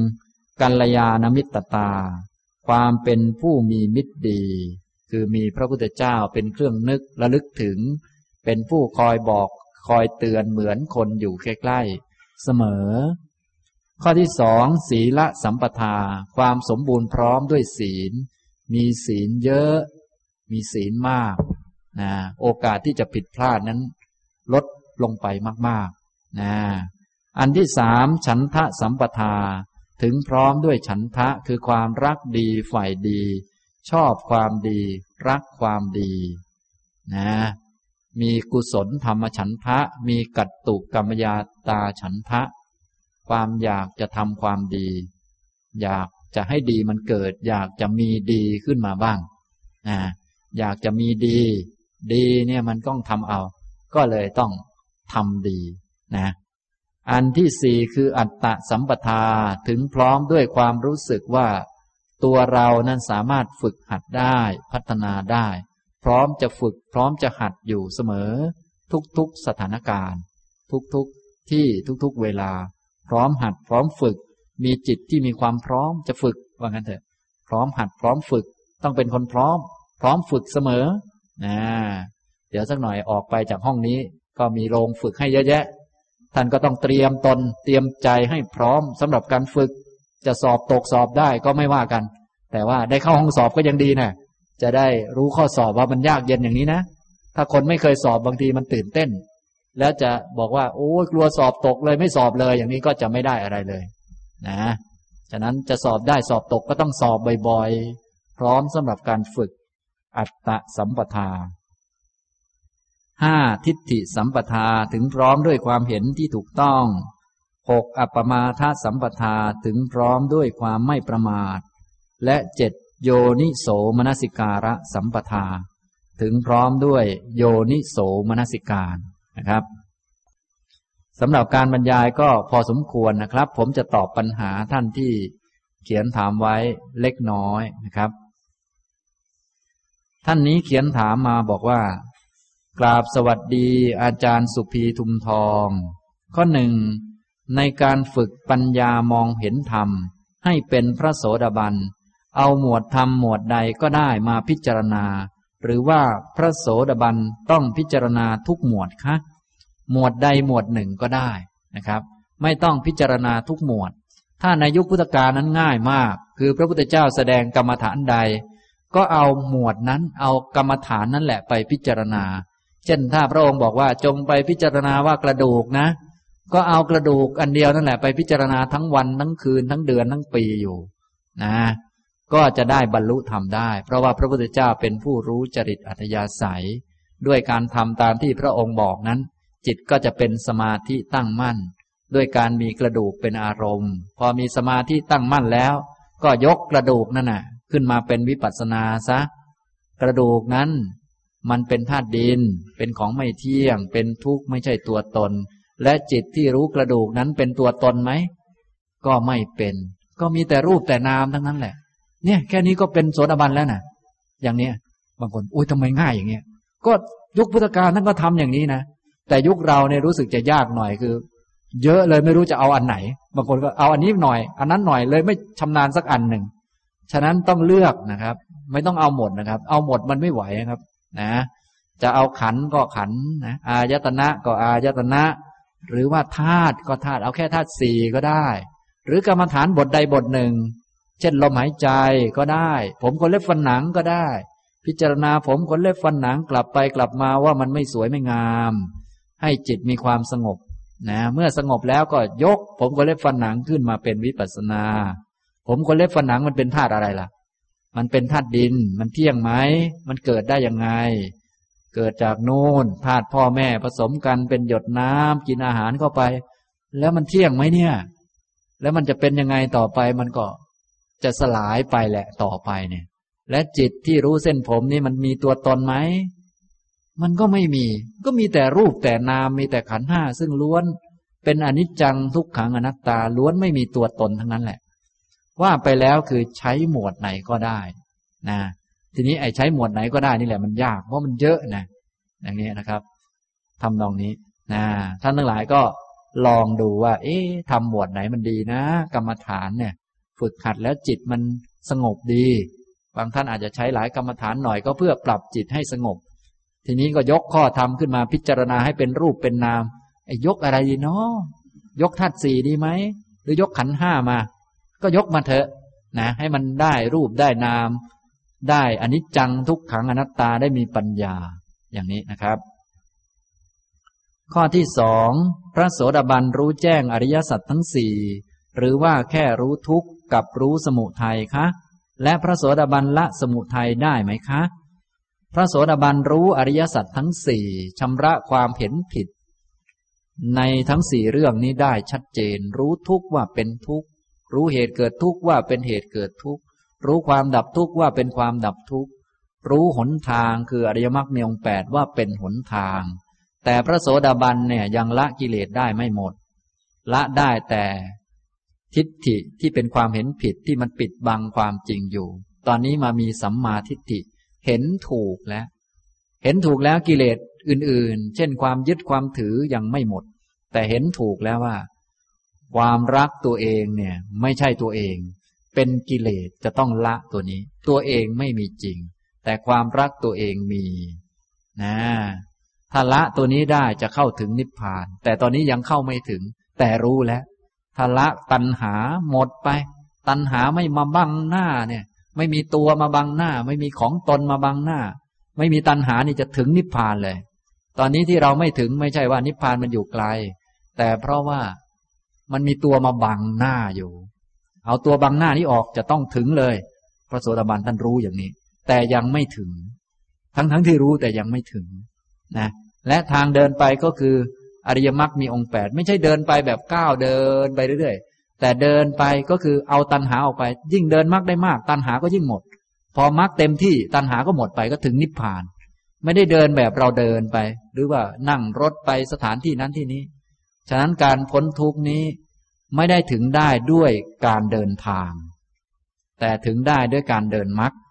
1กัลยาณมิตตาความเป็นผู้มีมิตรดีคือมีพระพุทธเจ้าเป็นเครื่องนึกระลึกถึงเป็นผู้คอยบอกคอยเตือนเหมือนคนอยู่ใกล้ๆเสมอข้อที่2ศีลสัมปทาความสมบูรณ์พร้อมด้วยศีลมีศีลเยอะมีศีลมากโอกาสที่จะผิดพลาดนั้นลดลงไปมากๆอันที่3ฉันทะสัมปทาถึงพร้อมด้วยฉันทะคือความรักดีฝ่ายดีชอบความดีรักความดีมีกุศลธรรมฉันทะมีกัตตุกรรมยาตาฉันทะความอยากจะทำความดีอยากจะให้ดีมันเกิดอยากจะมีดีขึ้นมาบ้างอยากจะมีดีเนี่ยมันต้องทำเอาก็เลยต้องทำดีอันที่4คืออัตตสัมปทาถึงพร้อมด้วยความรู้สึกว่าตัวเรานั้นสามารถฝึกหัดได้พัฒนาได้พร้อมจะฝึกพร้อมจะหัดอยู่เสมอทุกๆสถานการณ์ทุกที่ทุกๆเวลาพร้อมหัดพร้อมฝึกมีจิตที่มีความพร้อมจะฝึกว่างั้นเถอะพร้อมหัดพร้อมฝึกต้องเป็นคนพร้อมฝึกเสมอเดี๋ยวสักหน่อยออกไปจากห้องนี้ก็มีโรงฝึกให้เยอะแยะท่านก็ต้องเตรียมตนเตรียมใจให้พร้อมสำหรับการฝึกจะสอบตกสอบได้ก็ไม่ว่ากันแต่ว่าได้เข้าห้องสอบก็ยังดีนะจะได้รู้ข้อสอบว่ามันยากเย็นอย่างนี้นะถ้าคนไม่เคยสอบบางทีมันตื่นเต้นแล้วจะบอกว่าโอ้ยกลัวสอบตกเลยไม่สอบเลยอย่างนี้ก็จะไม่ได้อะไรเลยนะฉะนั้นจะสอบได้สอบตกก็ต้องสอบบ่อยๆพร้อมสำหรับการฝึกอัตตสัมปทา 5. ทิฏฐิสัมปทาถึงพร้อมด้วยความเห็นที่ถูกต้อง 6. อัปปมาทสัมปทาถึงพร้อมด้วยความไม่ประมาทและ 7. โยนิโสมนสิการะสัมปทาถึงพร้อมด้วยโยนิโสมนสิการนะครับสำหรับการบรรยายก็พอสมควรนะครับผมจะตอบปัญหาท่านที่เขียนถามไว้เล็กน้อยนะครับท่านนี้เขียนถามมาบอกว่ากราบสวัสดีอาจารย์สุภีทุมทองข้อ 1ในการฝึกปัญญามองเห็นธรรมให้เป็นพระโสดาบันเอาหมวดธรรมหมวดใดก็ได้มาพิจารณาหรือว่าพระโสดาบันต้องพิจารณาทุกหมวดคะหมวดใดหมวดหนึ่งก็ได้นะครับไม่ต้องพิจารณาทุกหมวดถ้าในยุคพุทธกาลนั้นง่ายมากคือพระพุทธเจ้าแสดงกรรมฐานใดก็เอาหมวดนั้นเอากรรมฐานนั่นแหละไปพิจารณาเช่นถ้าพระองค์บอกว่าจงไปพิจารณาว่ากระดูกนะก็เอากระดูกอันเดียวนั่นแหละไปพิจารณาทั้งวันทั้งคืนทั้งเดือนทั้งปีอยู่นะก็จะได้บรรลุธรรมได้เพราะว่าพระพุทธเจ้าเป็นผู้รู้จริตอัธยาศัยด้วยการทำตามที่พระองค์บอกนั้นจิตก็จะเป็นสมาธิตั้งมั่นด้วยการมีกระดูกเป็นอารมณ์พอมีสมาธิตั้งมั่นแล้วก็ยกกระดูกนั่นน่ะขึ้นมาเป็นวิปัสสนาซะกระดูกนั้นมันเป็นธาตุดินเป็นของไม่เที่ยงเป็นทุกข์ไม่ใช่ตัวตนและจิตที่รู้กระดูกนั้นเป็นตัวตนไหมก็ไม่เป็นก็มีแต่รูปแต่นามทั้งนั้นแหละเนี่ยแค่นี้ก็เป็นโสดาบันแล้วนะอย่างเนี้ยบางคนอุ้ยทำไมง่ายอย่างเงี้ยก็ยุคพุทธกาลท่านก็ทำอย่างนี้นะแต่ยุคเราเนี่ยรู้สึกจะยากหน่อยคือเยอะเลยไม่รู้จะเอาอันไหนบางคนก็เอาอันนี้หน่อยอันนั้นหน่อยเลยไม่ชำนาญสักอันหนึ่งฉะนั้นต้องเลือกนะครับไม่ต้องเอาหมดนะครับเอาหมดมันไม่ไหวนะครับนะจะเอาขันธ์ก็ขันธ์นะอายตนะก็อายตนะหรือว่าธาตุก็ธาตุเอาแค่ธาตุสี่ก็ได้หรือกรรมฐานบทใดบทหนึ่งเช่นลมหายใจก็ได้ผมขนเล็บฟันหนังก็ได้พิจารณาผมขนเล็บฟันหนังกลับไปกลับมาว่ามันไม่สวยไม่งามให้จิตมีความสงบนะเมื่อสงบแล้วก็ยกผมขนเล็บฟันหนังขึ้นมาเป็นวิปัสสนาผมขนเล็บฟันหนังมันเป็นธาตุอะไรล่ะมันเป็นธาตุดินมันเที่ยงไหมมันเกิดได้ยังไงเกิดจากนู่นธาตุพ่อแม่ผสมกันเป็นหยดน้ำกินอาหารเข้าไปแล้วมันเที่ยงไหมเนี่ยแล้วมันจะเป็นยังไงต่อไปมันก็จะสลายไปแหละต่อไปเนี่ยและจิตที่รู้เส้นผมนี่มันมีตัวตนไหมมันก็ไม่มีก็มีแต่รูปแต่นามมีแต่ขันธ์ห้าซึ่งล้วนเป็นอนิจจังทุกขังอนัตตาล้วนไม่มีตัวตนทั้งนั้นแหละว่าไปแล้วคือใช้หมวดไหนก็ได้นะทีนี้ไอ้ใช้หมวดไหนก็ได้นี่แหละมันยากเพราะมันเยอะนะอย่างนี้นะครับทำนองนี้นะท่านทั้งหลายก็ลองดูว่าทำหมวดไหนมันดีนะกรรมฐานเนี่ยฝึกหัดแล้วจิตมันสงบดีบางท่านอาจจะใช้หลายกรรมฐานหน่อยก็เพื่อปรับจิตให้สงบทีนี้ก็ยกข้อธรรมขึ้นมาพิจารณาให้เป็นรูปเป็นนามยกอะไรดีเนาะยกธาตุสี่ดีไหมหรือยกขันธ์ห้ามาก็ยกมาเถอะนะให้มันได้รูปได้นามได้อนิจจังทุกขังอนัตตาได้มีปัญญาอย่างนี้นะครับข้อที่2พระโสดาบันรู้แจ้งอริยสัจทั้งสี่หรือว่าแค่รู้ทุกข์กับรู้สมุทัยคะและพระโสดาบันละสมุทัยได้ไหมคะพระโสดาบันรู้อริยสัจทั้งสี่ชำระความเห็นผิดในทั้งสี่เรื่องนี้ได้ชัดเจนรู้ทุกข์ว่าเป็นทุกข์รู้เหตุเกิดทุกข์ว่าเป็นเหตุเกิดทุกข์รู้ความดับทุกข์ว่าเป็นความดับทุกข์รู้หนทางคืออริยมรรคมีองค์8ว่าเป็นหนทางแต่พระโสดาบันเนี่ยยังละกิเลสได้ไม่หมดละได้แต่ทิฏฐิที่เป็นความเห็นผิดที่มันปิดบังความจริงอยู่ตอนนี้มามีสัมมาทิฏฐิเห็นถูกแล้วเห็นถูกแล้วกิเลสอื่นๆเช่นความยึดความถือยังไม่หมดแต่เห็นถูกแล้วว่าความรักตัวเองเนี่ยไม่ใช่ตัวเองเป็นกิเลสจะต้องละตัวนี้ตัวเองไม่มีจริงแต่ความรักตัวเองมีนะถ้าละตัวนี้ได้จะเข้าถึงนิพพานแต่ตอนนี้ยังเข้าไม่ถึงแต่รู้แล้วถ้าละตัณหาหมดไปตัณหาไม่มาบังหน้าเนี่ยไม่มีตัวมาบังหน้าไม่มีของตนมาบังหน้าไม่มีตัณหานี่จะถึงนิพพานเลยตอนนี้ที่เราไม่ถึงไม่ใช่ว่านิพพานมันอยู่ไกลแต่เพราะว่ามันมีตัวมาบังหน้าอยู่เอาตัวบังหน้านี้ออกจะต้องถึงเลยพระโสดาบันท่านรู้อย่างนี้แต่ยังไม่ถึงทั้งที่รู้แต่ยังไม่ถึงนะและทางเดินไปก็คืออริยมรรคมีองค์8ไม่ใช่เดินไปแบบก้าวเดินไปเรื่อยๆแต่เดินไปก็คือเอาตัณหาออกไปยิ่งเดินมรรคได้มากตัณหาก็ยิ่งหมดพอมรรคเต็มที่ตัณหาก็หมดไปก็ถึงนิพพานไม่ได้เดินแบบเราเดินไปหรือว่านั่งรถไปสถานที่นั้นที่นี้ฉะนั้นการพ้นทุกข์นี้ไม่ได้ถึงได้ด้วยการเดินทางแต่ถึงได้ด้วยการเดินมรรค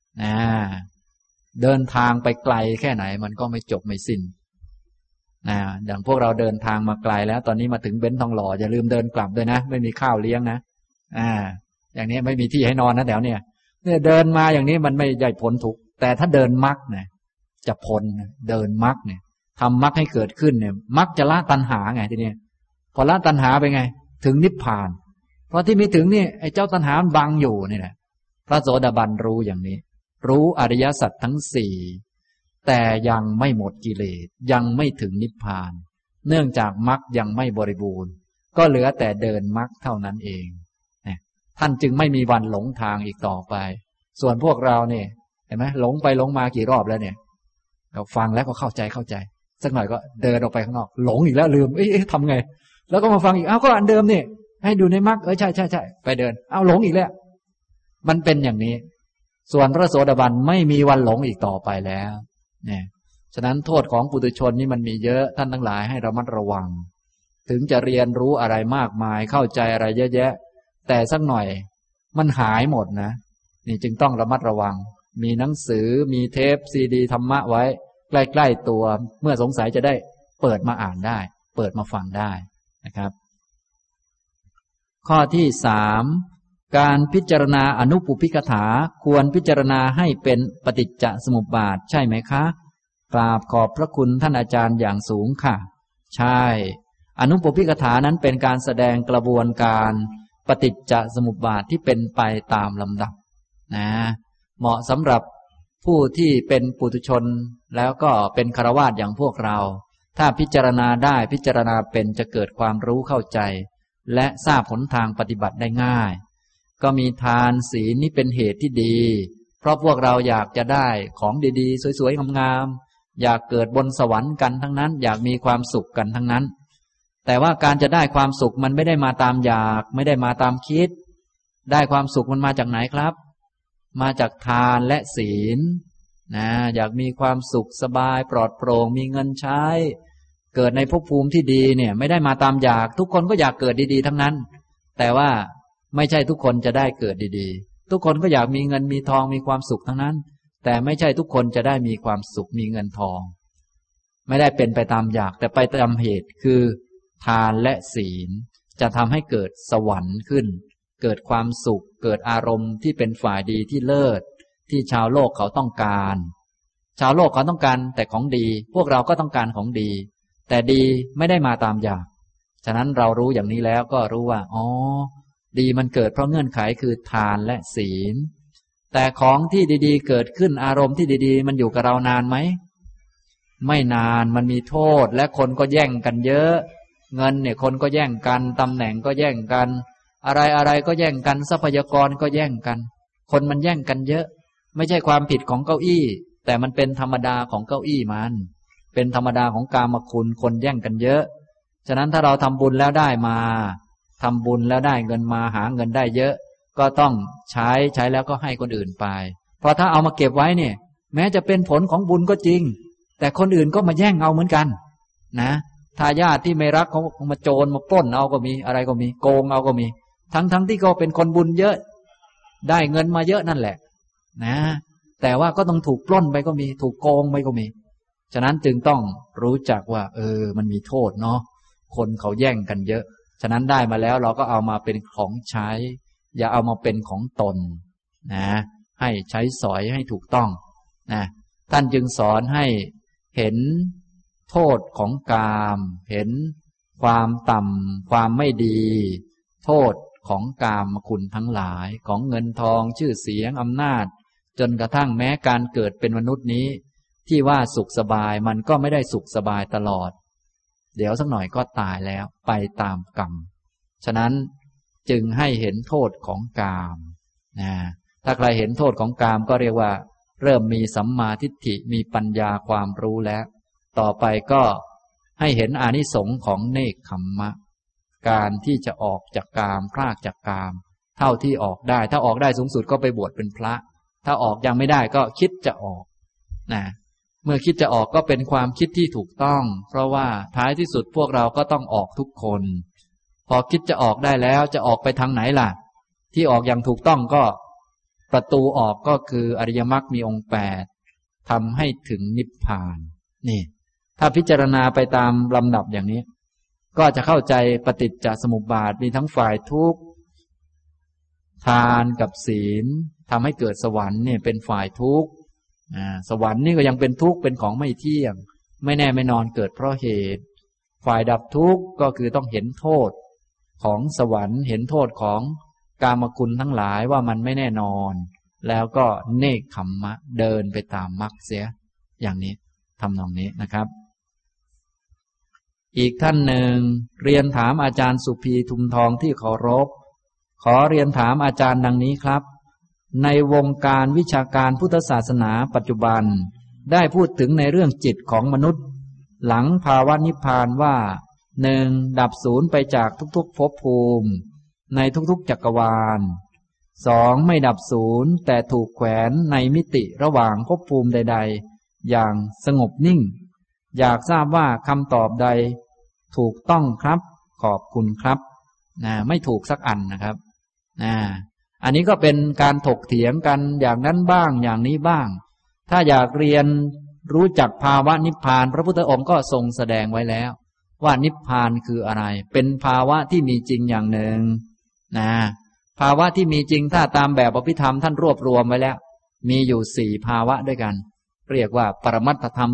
เดินทางไปไกลแค่ไหนมันก็ไม่จบไม่สิ้นอย่างพวกเราเดินทางมาไกลแล้วตอนนี้มาถึงเบญจทองหล่ออย่าลืมเดินกลับด้วยนะไม่มีข้าวเลี้ยงนะอย่างนี้ไม่มีที่ให้นอนนะแถวเนี่ยเดินมาอย่างนี้มันไม่ได้พ้นทุกข์แต่ถ้าเดินมรรคเนี่ยจะพ้นเดินมรรคเนี่ยทำมรรคให้เกิดขึ้นเนี่ยมรรคจะละตัณหาไงทีนี้พอละตัณหาไปไงถึงนิพพานเพราะที่มีถึงนี่ไอ้เจ้าตัณหามันบังอยู่นี่แหละพระโสดาบันรู้อย่างนี้รู้อริยสัจทั้งสี่แต่ยังไม่หมดกิเลสยังไม่ถึงนิพพานเนื่องจากมรรคยังไม่บริบูรณ์ก็เหลือแต่เดินมรรคเท่านั้นเองท่านจึงไม่มีวันหลงทางอีกต่อไปส่วนพวกเราเนี่ยเห็นไหมหลงไปหลงมากี่รอบแล้วเนี่ยเราฟังแล้วก็เข้าใจสักหน่อยก็เดินออกไปข้างนอกหลงอีกแล้วลืมทำไงแล้วก็มาฟังอีกก็อันเดิมนี่ให้ดูในมรรคใช่ไปเดินหลงอีกแล้วมันเป็นอย่างนี้ส่วนพระโสดาบันไม่มีวันหลงอีกต่อไปแล้วเนี่ยฉะนั้นโทษของปุถุชนนี่มันมีเยอะท่านทั้งหลายให้ระมัดระวังถึงจะเรียนรู้อะไรมากมายเข้าใจอะไรเยอะแยะแต่สักหน่อยมันหายหมดนะนี่จึงต้องระมัดระวังมีหนังสือมีเทปซีดีธรรมะไว้ใกล้ๆตัวเมื่อสงสัยจะได้เปิดมาอ่านได้เปิดมาฟังได้นะครับข้อที่3การพิจารณาอนุปุพพิกถาควรพิจารณาให้เป็นปฏิจจสมุปบาทใช่ไหมคะกราบขอบพระคุณท่านอาจารย์อย่างสูงค่ะใช่อนุปุพพิกถานั้นเป็นการแสดงกระบวนการปฏิจจสมุปบาทที่เป็นไปตามลำดับนะเหมาะสำหรับผู้ที่เป็นปุถุชนแล้วก็เป็นฆราวาสอย่างพวกเราถ้าพิจารณาได้พิจารณาเป็นจะเกิดความรู้เข้าใจและทราบหนทางปฏิบัติได้ง่ายก็มีทานศีลนี่เป็นเหตุที่ดีเพราะพวกเราอยากจะได้ของดีๆสวยๆงามๆอยากเกิดบนสวรรค์กันทั้งนั้นอยากมีความสุขกันทั้งนั้นแต่ว่าการจะได้ความสุขมันไม่ได้มาตามอยากไม่ได้มาตามคิดได้ความสุขมันมาจากไหนครับมาจากทานและศีลอยากมีความสุขสบายปลอดโปร่งมีเงินใช้เกิดในภพภูมิที่ดีเนี่ยไม่ได้มาตามอยากทุกคนก็อยากเกิดดีๆทั้งนั้นแต่ว่าไม่ใช่ทุกคนจะได้เกิดดีๆทุกคนก็อยากมีเงินมีทองมีความสุขทั้งนั้นแต่ไม่ใช่ทุกคนจะได้มีความสุขมีเงินทองไม่ได้เป็นไปตามอยากแต่ไปตามเหตุคือทานและศีลจะทำให้เกิดสวรรค์ขึ้นเกิดความสุขเกิดอารมณ์ที่เป็นฝ่ายดีที่เลิศที่ชาวโลกเขาต้องการชาวโลกเขาต้องการแต่ของดีพวกเราก็ต้องการของดีแต่ดีไม่ได้มาตามอยากฉะนั้นเรารู้อย่างนี้แล้วก็รู้ว่าดีมันเกิดเพราะเงื่อนไขคือทานและศีลแต่ของที่ดีๆเกิดขึ้นอารมณ์ที่ดีๆมันอยู่กับเรานานไหมไม่นานมันมีโทษและคนก็แย่งกันเยอะเงินเนี่ยคนก็แย่งกันตำแหน่งก็แย่งกันอะไรก็แย่งกันทรัพยากรก็แย่งกันคนมันแย่งกันเยอะไม่ใช่ความผิดของเก้าอี้แต่มันเป็นธรรมดาของเก้าอี้มันเป็นธรรมดาของกามคุณคนแย่งกันเยอะฉะนั้นถ้าเราทำบุญแล้วได้มาทำบุญแล้วได้เงินมาหาเงินได้เยอะก็ต้องใช้แล้วก็ให้คนอื่นไปเพราะถ้าเอามาเก็บไว้เนี่ยแม้จะเป็นผลของบุญก็จริงแต่คนอื่นก็มาแย่งเอาเหมือนกันนะทายาทที่ไม่รักเขามาโจรมาปล้นเอาก็มีอะไรก็มีโกงเอาก็มีทั้งที่ก็เป็นคนบุญเยอะได้เงินมาเยอะนั่นแหละนะแต่ว่าก็ต้องถูกปล้นไปก็มีถูกโกงไปก็มีฉะนั้นจึงต้องรู้จักว่ามันมีโทษเนาะคนเขาแย่งกันเยอะฉะนั้นได้มาแล้วเราก็เอามาเป็นของใช้อย่าเอามาเป็นของตนนะให้ใช้สอยให้ถูกต้องนะท่านจึงสอนให้เห็นโทษของกามเห็นความต่ำความไม่ดีโทษของกามคุณทั้งหลายของเงินทองชื่อเสียงอำนาจจนกระทั่งแม้การเกิดเป็นมนุษย์นี้ที่ว่าสุขสบายมันก็ไม่ได้สุขสบายตลอดเดี๋ยวสักหน่อยก็ตายแล้วไปตามกรรมฉะนั้นจึงให้เห็นโทษของกามถ้าใครเห็นโทษของกามก็เรียกว่าเริ่มมีสัมมาทิฏฐิมีปัญญาความรู้แล้วต่อไปก็ให้เห็นอานิสงส์ของเนกขัมมะการที่จะออกจากกามพรากจากกามเท่าที่ออกได้ถ้าออกได้สูงสุดก็ไปบวชเป็นพระถ้าออกยังไม่ได้ก็คิดจะออกเมื่อคิดจะออกก็เป็นความคิดที่ถูกต้องเพราะว่าท้ายที่สุดพวกเราก็ต้องออกทุกคนพอคิดจะออกได้แล้วจะออกไปทางไหนล่ะที่ออกอย่างถูกต้องก็ประตูออกก็คืออริยมรรคมีองค์8ทำให้ถึงนิพพานนี่ถ้าพิจารณาไปตามลำดับอย่างนี้ก็จะเข้าใจปฏิจจสมุปบาทมีทั้งฝ่ายทุกข์ทานกับศีลทำให้เกิดสวรรค์เนี่ยเป็นฝ่ายทุกข์สวรรค์นี่ก็ยังเป็นทุกข์เป็นของไม่เที่ยงไม่แน่ไม่นอนเกิดเพราะเหตุฝ่ายดับทุกข์ก็คือต้องเห็นโทษของสวรรค์เห็นโทษของกามคุณทั้งหลายว่ามันไม่แน่นอนแล้วก็เนกขัมมะเดินไปตามมรรคเสียอย่างนี้ทำนองนี้นะครับอีกท่านหนึ่งเรียนถามอาจารย์สุภีทุมทองที่เคารพขอเรียนถามอาจารย์ดังนี้ครับในวงการวิชาการพุทธศาสนาปัจจุบันได้พูดถึงในเรื่องจิตของมนุษย์หลังภาวะนิพพานว่า1. ดับศูนย์ไปจากทุกๆภพภูมิในทุกๆจักรวาล 2. ไม่ดับศูนย์แต่ถูกแขวนในมิติระหว่างภพภูมิใดๆอย่างสงบนิ่งอยากทราบว่าคำตอบใดถูกต้องครับขอบคุณครับไม่ถูกสักอันนะครับอันนี้ก็เป็นการถกเถียงกันอย่างนั้นบ้างอย่างนี้บ้างถ้าอยากเรียนรู้จักภาวะนิพพานพระพุทธองค์ก็ทรงแสดงไว้แล้วว่านิพพานคืออะไรเป็นภาวะที่มีจริงอย่างหนึ่งภาวะที่มีจริงถ้าตามแบบอภิธรรมท่านรวบรวมไว้แล้วมีอยู่4ภาวะด้วยกันเรียกว่าปรมัตถธรรม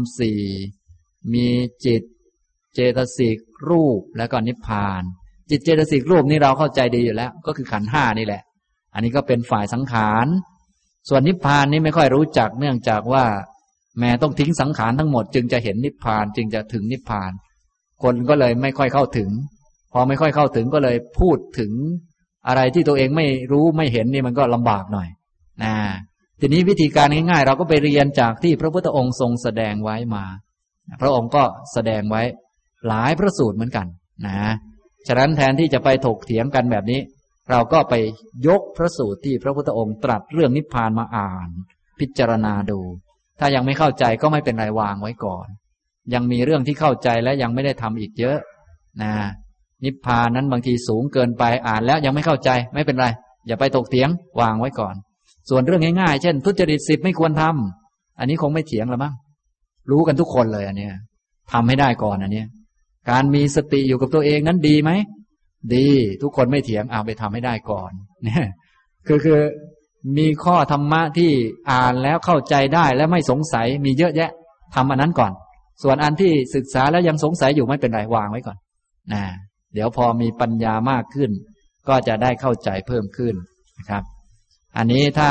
4มีจิตเจตสิกรูปแล้วก็นิพพานจิตเจตสิกรูปนี่เราเข้าใจดีอยู่แล้วก็คือขันธ์5นี่แหละอันนี้ก็เป็นฝ่ายสังขารส่วนนิพพานนี้ไม่ค่อยรู้จักเนื่องจากว่าแม้ต้องทิ้งสังขารทั้งหมดจึงจะเห็นนิพพานจึงจะถึงนิพพานคนก็เลยไม่ค่อยเข้าถึงพอไม่ค่อยเข้าถึงก็เลยพูดถึงอะไรที่ตัวเองไม่รู้ไม่เห็นนี่มันก็ลำบากหน่อยทีนี้วิธีการง่ายๆเราก็ไปเรียนจากที่พระพุทธองค์ทรงแสดงไว้มาพระองค์ก็แสดงไว้หลายพระสูตรเหมือนกันฉะนั้นแทนที่จะไปถกเถียงกันแบบนี้เราก็ไปยกพระสูตรที่พระพุทธองค์ตรัสเรื่องนิพพานมาอ่านพิจารณาดูถ้ายังไม่เข้าใจก็ไม่เป็นไรวางไว้ก่อนยังมีเรื่องที่เข้าใจและยังไม่ได้ทำอีกเยอะนิพพานนั้นบางทีสูงเกินไปอ่านแล้วยังไม่เข้าใจไม่เป็นไรอย่าไปถกเถียงวางไว้ก่อนส่วนเรื่องง่ายๆเช่นทุจริต10ไม่ควรทำอันนี้คงไม่เถียงหรอกมั้งรู้กันทุกคนเลยอันนี้ทำให้ได้ก่อนอันนี้การมีสติอยู่กับตัวเองนั้นดีไหมดีทุกคนไม่เถียงเอาไปทำให้ได้ก่อนเนี่ยคือมีข้อธรรมะที่อ่านแล้วเข้าใจได้และไม่สงสัยมีเยอะแยะทำอันนั้นก่อนส่วนอันที่ศึกษาแล้วยังสงสัยอยู่ไม่เป็นไรวางไว้ก่อนเดี๋ยวพอมีปัญญามากขึ้นก็จะได้เข้าใจเพิ่มขึ้นนะครับอันนี้ถ้า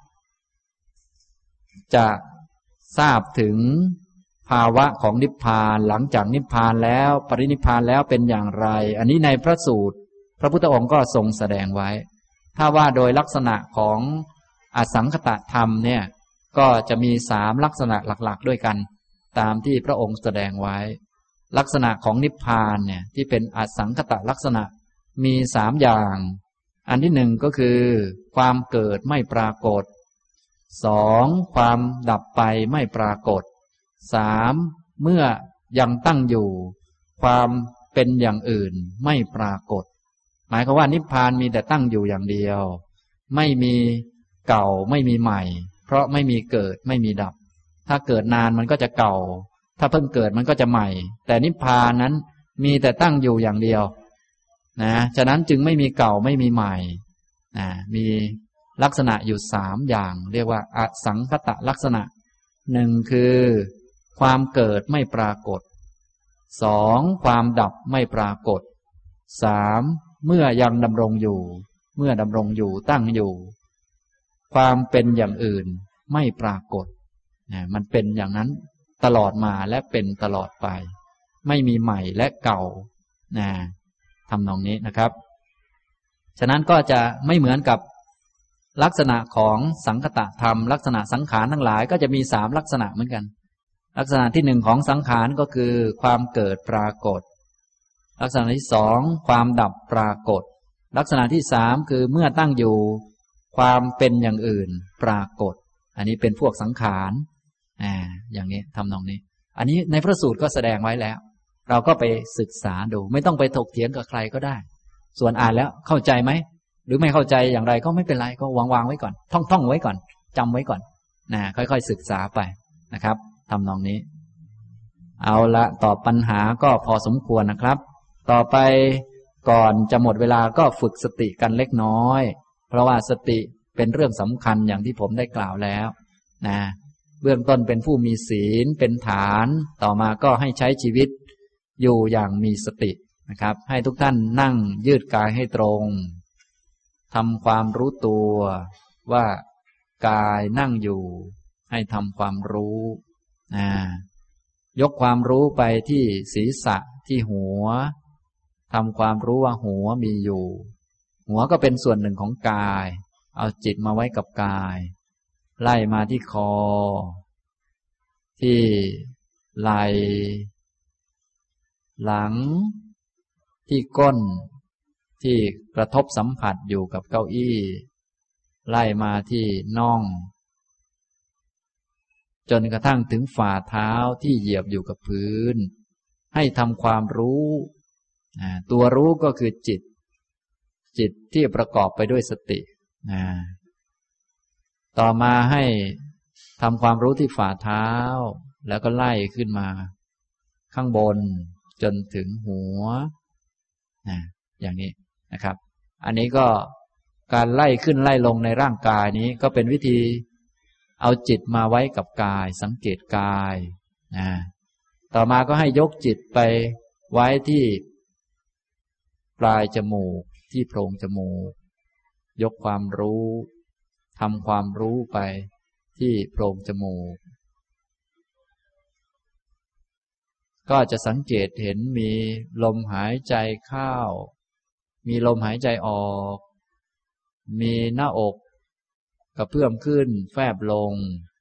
จะทราบถึงภาวะของนิพพานหลังจากนิพพานแล้วปรินิพพานแล้วเป็นอย่างไรอันนี้ในพระสูตรพระพุทธองค์ก็ทรงแสดงไว้ถ้าว่าโดยลักษณะของอสังคตธรรมเนี่ยก็จะมี3ลักษณะหลักๆด้วยกันตามที่พระองค์แสดงไว้ลักษณะของนิพพานเนี่ยที่เป็นอสังคตลักษณะมี3อย่างอันที่1ก็คือความเกิดไม่ปรากฏ2ความดับไปไม่ปรากฏ3เมื่อยังตั้งอยู่ความเป็นอย่างอื่นไม่ปรากฏหมายความว่านิพพานมีแต่ตั้งอยู่อย่างเดียวไม่มีเก่าไม่มีใหม่เพราะไม่มีเกิดไม่มีดับถ้าเกิดนานมันก็จะเก่าถ้าเพิ่งเกิดมันก็จะใหม่แต่นิพพานนั้นมีแต่ตั้งอยู่อย่างเดียวฉะนั้นจึงไม่มีเก่าไม่มีใหม่มีลักษณะอยู่3อย่างเรียกว่าอสังคตลักษณะ1คือความเกิดไม่ปรากฏ2ความดับไม่ปรากฏ3เมื่อยังดำรงอยู่เมื่อดำรงอยู่ตั้งอยู่ความเป็นอย่างอื่นไม่ปรากฏมันเป็นอย่างนั้นตลอดมาและเป็นตลอดไปไม่มีใหม่และเก่าทำนองนี้นะครับฉะนั้นก็จะไม่เหมือนกับลักษณะของสังคตธรรมลักษณะสังขารทั้งหลายก็จะมี3ลักษณะเหมือนกันลักษณะที่1ของสังขารก็คือความเกิดปรากฏลักษณะที่2ความดับปรากฏลักษณะที่3คือเมื่อตั้งอยู่ความเป็นอย่างอื่นปรากฏอันนี้เป็นพวกสังขารอย่างนี้ทำนองนี้อันนี้ในพระสูตรก็แสดงไว้แล้วเราก็ไปศึกษาดูไม่ต้องไปถกเถียงกับใครก็ได้ส่วนอ่านแล้วเข้าใจไหมหรือไม่เข้าใจอย่างไรก็ไม่เป็นไรก็วางไว้ก่อนท่องไว้ก่อนจำไว้ก่อนค่อยๆศึกษาไปนะครับทำนองนี้เอาละตอบปัญหาก็พอสมควรนะครับต่อไปก่อนจะหมดเวลาก็ฝึกสติกันเล็กน้อยเพราะว่าสติเป็นเรื่องสำคัญอย่างที่ผมได้กล่าวแล้วเบื้องต้นเป็นผู้มีศีลเป็นฐานต่อมาก็ให้ใช้ชีวิตอยู่อย่างมีสตินะครับให้ทุกท่านนั่งยืดกายให้ตรงทำความรู้ตัวว่ากายนั่งอยู่ให้ทำความรู้ยกความรู้ไปที่ศีรษะที่หัวทำความรู้ว่าหัวมีอยู่หัวก็เป็นส่วนหนึ่งของกายเอาจิตมาไว้กับกายไล่มาที่คอที่ไหล่หลังที่ก้นที่กระทบสัมผัสอยู่กับเก้าอี้ไล่มาที่น่องจนกระทั่งถึงฝ่าเท้าที่เหยียบอยู่กับพื้นให้ทำความรู้ตัวรู้ก็คือจิตที่ประกอบไปด้วยสติต่อมาให้ทำความรู้ที่ฝ่าเท้าแล้วก็ไล่ขึ้นมาข้างบนจนถึงหัวอย่างนี้นะครับอันนี้ก็การไล่ขึ้นไล่ลงในร่างกายนี้ก็เป็นวิธีเอาจิตมาไว้กับกายสังเกตกายต่อมาก็ให้ยกจิตไปไว้ที่ปลายจมูกที่โพรงจมูกยกความรู้ทำความรู้ไปที่โพรงจมูกก็จะสังเกตเห็นมีลมหายใจเข้ามีลมหายใจออกมีหน้าอกกระเพื่อมขึ้นแฟบลง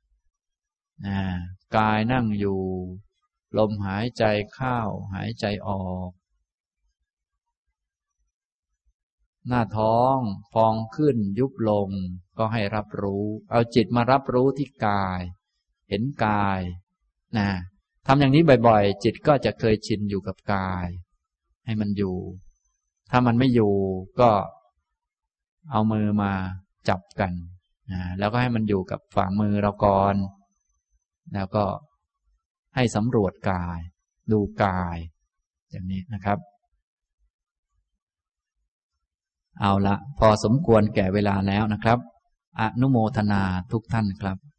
กายนั่งอยู่ลมหายใจเข้าหายใจออกหน้าท้องพองขึ้นยุบลงก็ให้รับรู้เอาจิตมารับรู้ที่กายเห็นกายทำอย่างนี้บ่อยๆจิตก็จะเคยชินอยู่กับกายให้มันอยู่ถ้ามันไม่อยู่ก็เอามือมาจับกันแล้วก็ให้มันอยู่กับฝ่ามือเราก่อนแล้วก็ให้สำรวจกายดูกายอย่างนี้นะครับเอาละพอสมควรแก่เวลาแล้วนะครับอนุโมทนาทุกท่านครับ